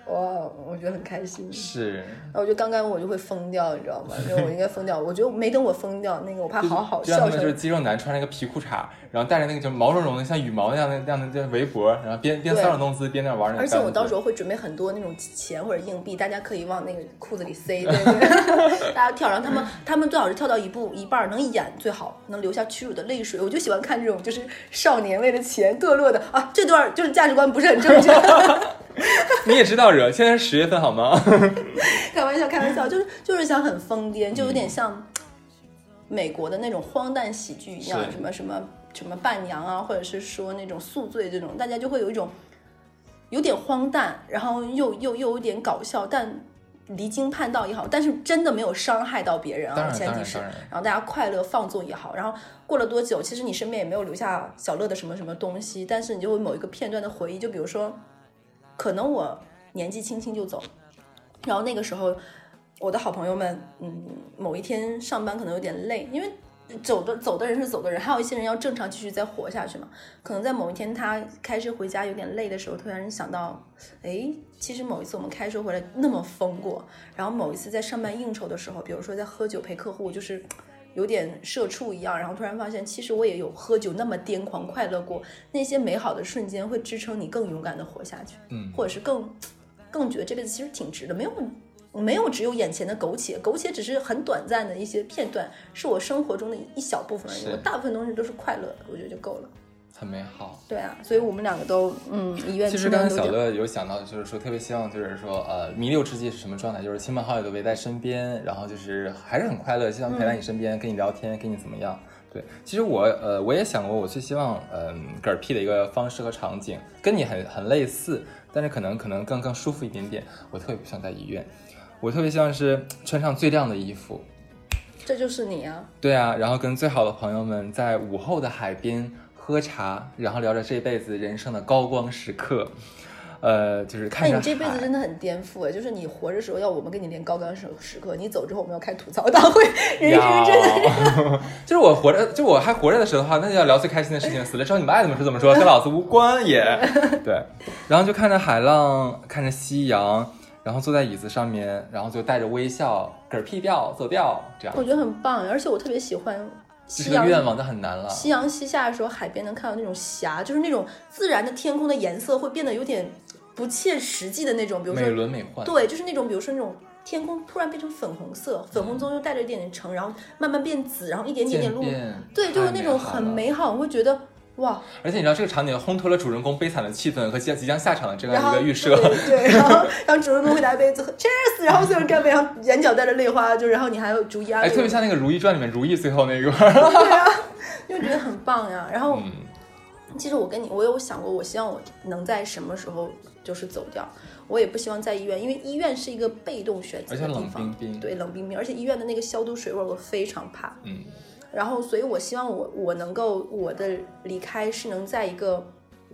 我觉得很开心。 是， 然后我觉得刚刚我就会疯掉，你知道吗？就我应该疯掉，我觉得没等我疯掉，那个我怕好笑。就就是肌肉男穿了一个皮裤衩，然后戴着那个就毛茸茸的像羽毛那样的围脖，然后边搔首弄姿边那玩。 而且我到时候会准备很多那种钱或者硬币，大家可以往那个裤子里塞，对，大家跳，然后他们最好是跳到一半能演，最好能流下屈辱的泪水。我就喜欢看这种就是少年为了钱堕落的啊，这段就是价值观不是很正确。 你也知道惹，现在是10月份好吗？ 开玩笑，就是想很疯癫，就有点像美国的那种荒诞喜剧一样，什么伴娘啊，或者是说那种宿醉这种，大家就会有一种有点荒诞，然后又有点搞笑，但离经叛道也好，但是真的没有伤害到别人啊，前提是，然后大家快乐放纵也好，然后过了多久，其实你身边也没有留下小乐的什么什么东西，但是你就会某一个片段的回忆，就比如说可能我年纪轻轻就走，然后那个时候我的好朋友们某一天上班可能有点累，因为走的人是走的人，还有一些人要正常继续再活下去嘛，可能在某一天他开车回家有点累的时候，突然想到其实某一次我们开车回来那么疯过，然后某一次在上班应酬的时候，比如说在喝酒陪客户，就是有点社畜一样，然后突然发现其实我也有喝酒那么癫狂快乐过，那些美好的瞬间会支撑你更勇敢的活下去，或者是更觉得这辈子其实挺值的，没有只有眼前的苟且只是很短暂的一些片段，是我生活中的一小部分而已，我大部分东西都是快乐的，我觉得就够了， 很美好。 对啊，所以我们两个都遗愿。 其实刚才小乐有想到，就是说特别希望就是说弥留之际是什么状态，就是亲朋好友都围在身边，然后就是还是很快乐，希望陪在你身边，跟你聊天，跟你怎么样。对，其实我也想过，我最希望嗝屁的一个方式和场景跟你很类似，但是可能更舒服一点点。我特别不想在医院，我特别希望是穿上最亮的衣服， 这就是你啊。 对啊，然后跟最好的朋友们在午后的海边喝茶，然后聊着这辈子人生的高光时刻。就是看着海。 你这辈子真的很颠覆，就是你活着时候要我们跟你连高光时刻，你走之后我们要开吐槽大会，人生真的就是我活着，就我还活着的时候的话，那就要聊最开心的事情，死了之后你们爱怎么说怎么说，跟老子无关也。对，然后就看着海浪，看着夕阳，然后坐在椅子上面，然后就带着微笑，嗝屁掉走掉，这样。 我觉得很棒，而且我特别喜欢。 这个愿望，但很难了。 夕阳西下的时候，海边能看到那种霞，就是那种自然的天空的颜色会变得有点不切实际的那种，比如说美轮美奂。对， 就是那种，比如说那种天空突然变成粉红色，粉红中又带着一点点橙，然后慢慢变紫，然后一点点露，对，就是那种很美好，我会觉得哇！ 而且你知道这个场景烘托了主人公悲惨的气氛和即将下场的这样一个预设。 对，然后主人公会拿杯子喝 cheers， 然后所有人干杯，然后眼角带着泪花，就然后你还有竹鸭， 特别像那个《如懿传》里面如懿最后那个。 对啊，就觉得很棒呀。然后，其实我有想过，我希望我能在什么时候就是走掉。我也不希望在医院，因为医院是一个被动选择的地方， 而且冷冰冰， 对，冷冰冰，而且医院的那个消毒水味我非常怕。然后，所以我希望我能够我的离开是能在一个，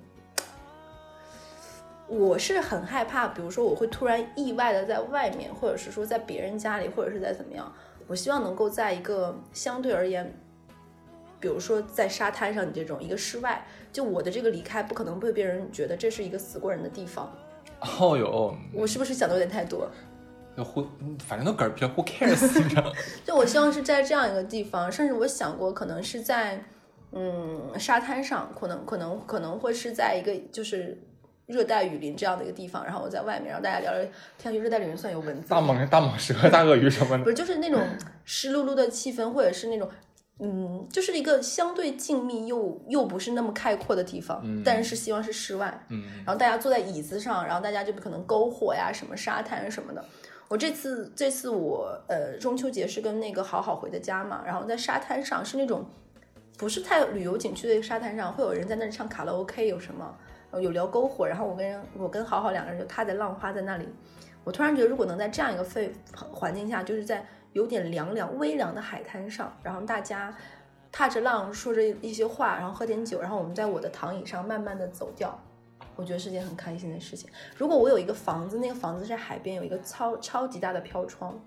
我是很害怕，比如说我会突然意外的在外面，或者是说在别人家里，或者是在怎么样，我希望能够在一个相对而言，比如说在沙滩上，你这种一个室外，就我的这个离开不可能被别人觉得这是一个死过人的地方。 哦哟， 我是不是想的有点太多？ 反正都嗝屁了 ，Who cares？ 你知道？ 就我希望是在这样一个地方，甚至我想过可能是在沙滩上，可能会是在一个就是热带雨林这样的一个地方，然后我在外面，然后大家聊聊天。热带雨林算有蚊子， 大蟒蛇、大鳄鱼什么的， 不是就是那种湿漉漉的气氛，或者是那种就是一个相对静谧又不是那么开阔的地方，但是希望是室外，然后大家坐在椅子上，然后大家就可能篝火呀，什么沙滩什么的。我这次我中秋节是跟那个好回的家嘛，然后在沙滩上是那种不是太旅游景区的沙滩上，会有人在那里唱卡拉 OK， 有什么有聊篝火，然后我跟好两个人就踏着浪花在那里。我突然觉得如果能在这样一个环境下，就是在有点微凉的海滩上，然后大家踏着浪说着一些话，然后喝点酒，然后我们在我的躺椅上慢慢的走掉，我觉得是件很开心的事情。如果我有一个房子，那个房子在海边有一个超级大的飘窗，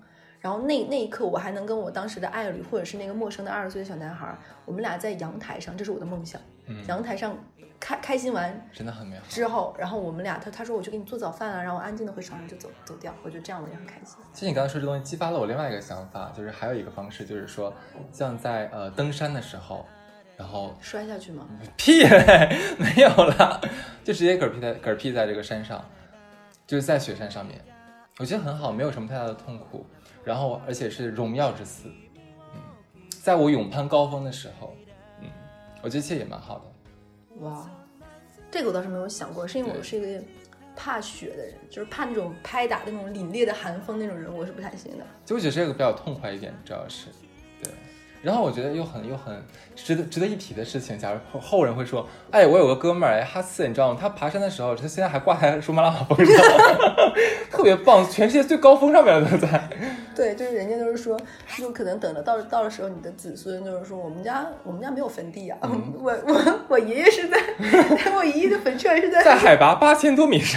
然后那一刻我还能跟我当时的爱侣或者是那个陌生的20岁的小男孩，我们俩在阳台上，这是我的梦想。阳台上开心完真的很美好之后，然后我们俩他说我去给你做早饭啊，然后我安静的回床上就走掉，我觉得这样我也很开心。 其实你刚才说这东西激发了我另外一个想法，就是还有一个方式，就是说像在登山的时候，然后摔下去吗？ 屁嘞，没有啦，就直接嗝屁在这个山上，就是在雪山上面，我觉得很好，没有什么太大的痛苦，然后而且是荣耀之死。在我勇攀高峰的时候，我觉得其实也蛮好的。 哇，这个我倒是没有想过，是因为我是一个怕雪的人，就是怕那种拍打那种凛冽的寒风那种人，我是不太行的。 就我觉得这个比较痛快一点，主要是对。然后我觉得又很值得一提的事情，假如后人会说，哎，我有个哥们儿，哈次，你知道吗？他爬山的时候，他现在还挂在珠穆朗玛峰上，特别棒，全世界最高峰上面都在。 对，就是人家都是说，就可能等到了时候，你的子孙就是说，我们家没有坟地啊，我爷爷是在我爷爷的坟圈是在海拔8000多米上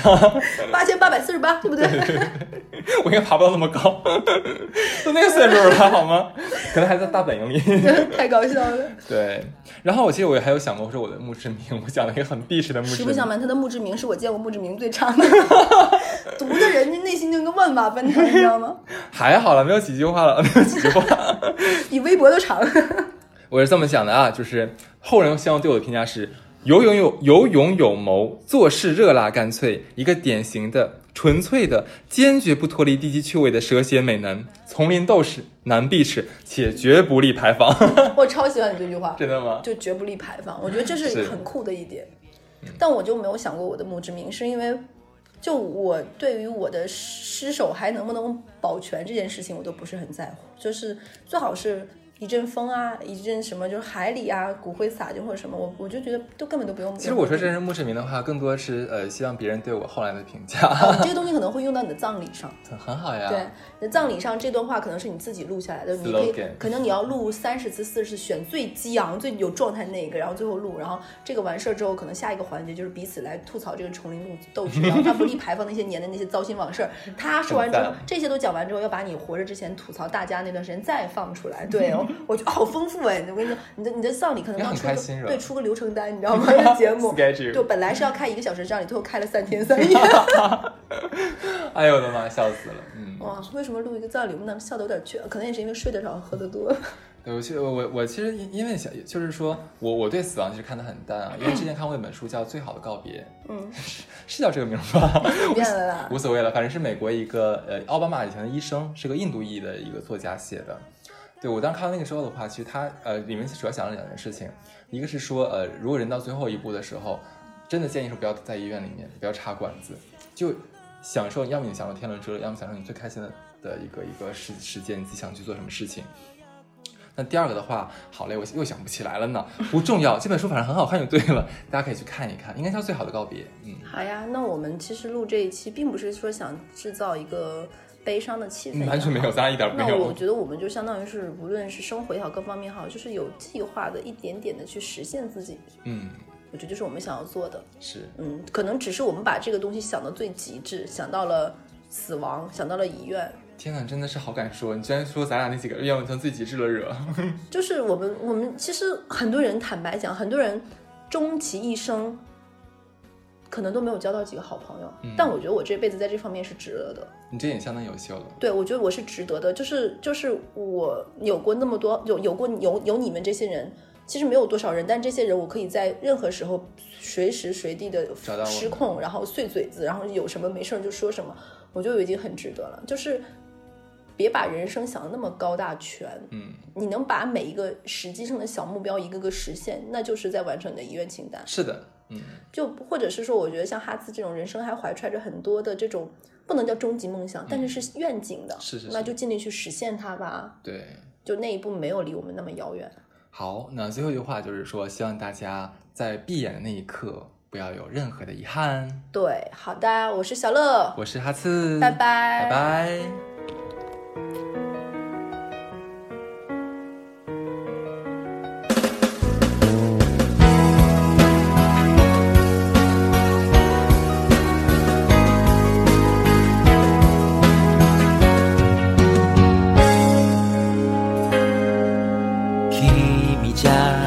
，8848，对不对？ 我应该爬不到那么高，都那个岁数了好吗？可能还在大本营里。 太搞笑了。 对，然后我也还有想过说我的墓志铭，我讲了一个很避世的墓志铭。 实不相瞒，他的墓志铭是我见过墓志铭最长的，读的人家内心就跟万马奔腾，你知道吗？ 还好了，没有几句话了，没有几句话， 比微博都长。 我是这么想的啊，就是后人希望对我的评价是有勇有谋，做事热辣干脆，一个典型的纯粹的坚决不脱离低级趣味的蛇蝎美男，丛林斗士，难避齿，且绝不立牌坊。 我超喜欢你这句话。 真的吗？ 就绝不立牌坊，我觉得这是很酷的一点。但我就没有想过我的墓志铭，是因为就我对于我的尸首还能不能保全这件事情我都不是很在乎，就是最好是一阵风啊，一阵什么就是海里啊，骨灰撒进或者什么，我就觉得都根本都不用。 其实我说这是墓志铭的话，更多是希望别人对我后来的评价。 这个东西可能会用到你的葬礼上。 很好呀。 对，你的葬礼上这段话可能是你自己录下来的，你可能你要录30次40次，选最激昂最有状态那个，然后最后录，然后这个完事儿之后，可能下一个环节就是彼此来吐槽这个丛林斗士，然后他不立牌坊那些年的那些糟心往事。他说完之后，这些都讲完之后，要把你活着之前吐槽大家那段时间再放出来。对哦，我觉得好丰富哎！我跟你说，你的葬礼可能要出个流程单，你知道吗？这个节目就本来是要开1个小时这样，你最后开了3天3夜。 哎呦我的妈，笑死了！ 哇，为什么录一个葬礼我们笑得有点缺？可能也是因为睡得少，喝得多。 对，我其实因为就是说我对死亡其实看得很淡啊，因为之前看过一本书叫《最好的告别》，是叫这个名吧？ 变了啦， 无所谓了，反正是美国一个奥巴马以前的医生，是个印度裔的一个作家写的。对，我当时看到那个时候的话，其实他里面主要讲了2件事情，一个是说如果人到最后一步的时候，真的建议说不要在医院里面，不要插管子，就享受，要么你享受天伦之乐，要么享受你最开心的一个时间，你自己想去做什么事情。那第二个的话，好嘞，我又想不起来了呢，不重要，这本书反正很好看就对了，大家可以去看一看，应该叫《最好的告别》。 好呀，那我们其实录这一期并不是说想制造一个悲伤的气氛， 完全没有，咱俩一点没有。 那我觉得我们就相当于是，无论是生活也好，各方面也好，就是有计划的一点点的去实现自己。我觉得就是我们想要做的。 是， 可能只是我们把这个东西想到最极致，想到了死亡，想到了遗愿。 天哪，真的是好敢说！你居然说咱俩那几个愿望成最极致了惹。 就是我们其实很多人，坦白讲，很多人终其一生可能都没有交到几个好朋友，但我觉得我这辈子在这方面是值得的。 你这也相当优秀了。 对，我觉得我是值得的，就是我有过那么多有你们这些人，其实没有多少人，但这些人我可以在任何时候随时随地的失控，然后碎嘴子，然后有什么没事就说什么，我觉得我已经很值得了。就是别把人生想得那么高大全，你能把每一个实际上的小目标一个个实现，那就是在完成你的遗愿清单。 是的， 就或者是说，我觉得像哈兹这种人生还怀揣着很多的这种不能叫终极梦想，但是是愿景的， 是那就尽力去实现它吧。 对， 就那一步没有离我们那么遥远。 好，那最后一句话就是说，希望大家在闭眼的那一刻不要有任何的遗憾。 对，好的，我是小乐， 我是哈次， 拜拜， 拜拜。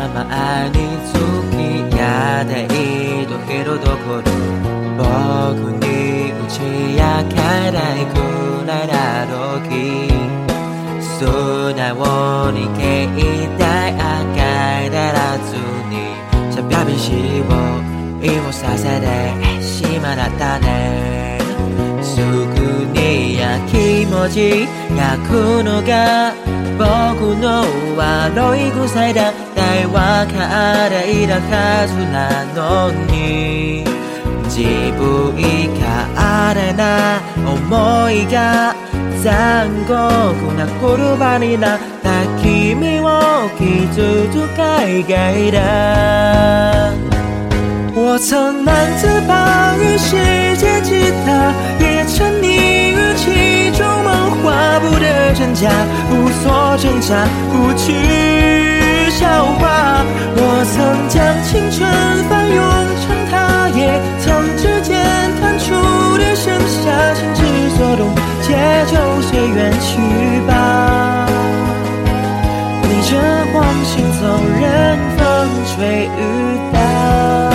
前に付き合っていたけどどころ僕に打ち明けないくらいだ時素直に携帯赤いだらずにしゃべりしを芋させてしまったねすぐに気持ち焼くのが僕の悪い癖だって分かっていたはずなのに自分以下でな思いが残酷な言葉になった君を傷つ海外だ我曾难自拔于世界之大也沉溺于其中梦画不得真假无所挣扎不去消化我曾将青春翻涌成它也曾指尖弹出的剩下心之所动且就随缘去吧逆着光行走任风吹雨打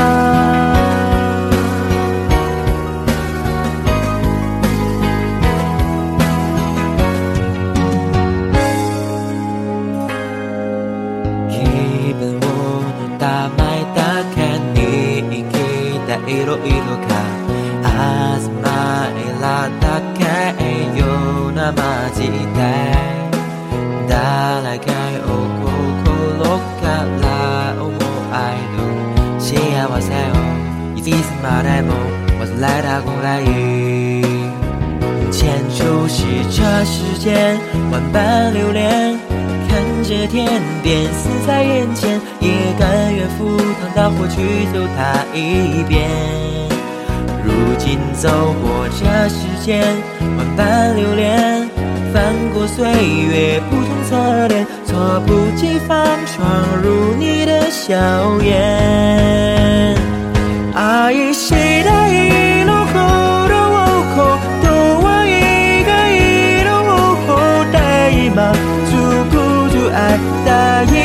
いろいろか集まりらだけようなマジで誰かを心から思える幸せをいつまでも忘れたくない牵手是这世间万般流连看着天边死在眼前也甘愿赴汤蹈火去走它一遍如今走过这世间万般流连翻过岁月不同侧脸猝不及防闯入你的笑颜愛したいのほどを断りがいの方法で今尽くす愛だい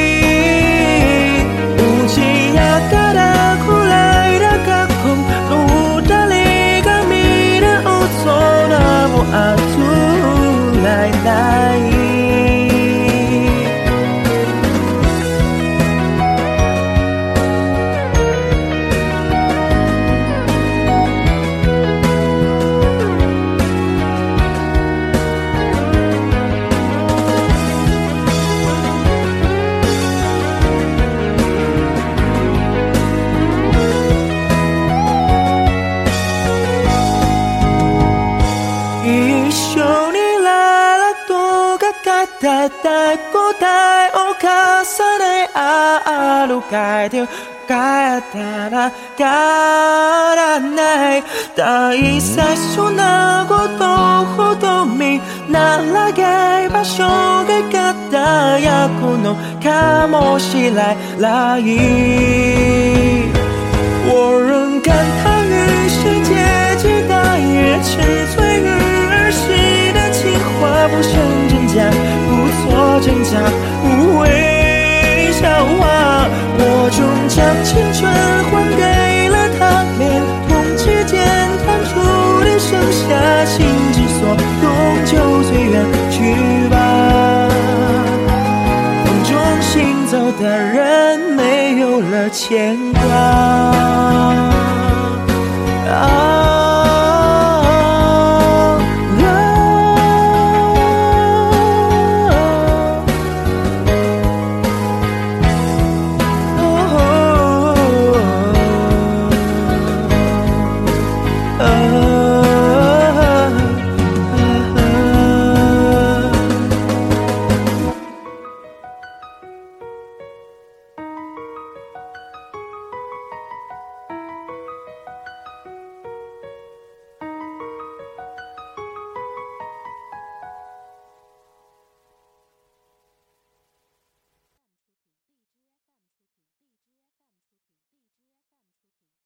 打ち明けたくらいだ過去の誰が見る空も熱来ないたった答えを重ね歩かれて帰ったら変わらない大切なことほど見習い場所が方やこのかもしれない我仍感叹于世界之大也沉醉于儿时的情话不胜真假不做挣扎无谓笑话我终将青春还给了他连同指尖弹出的剩下心之所动就随缘去吧风中行走的人没有了牵挂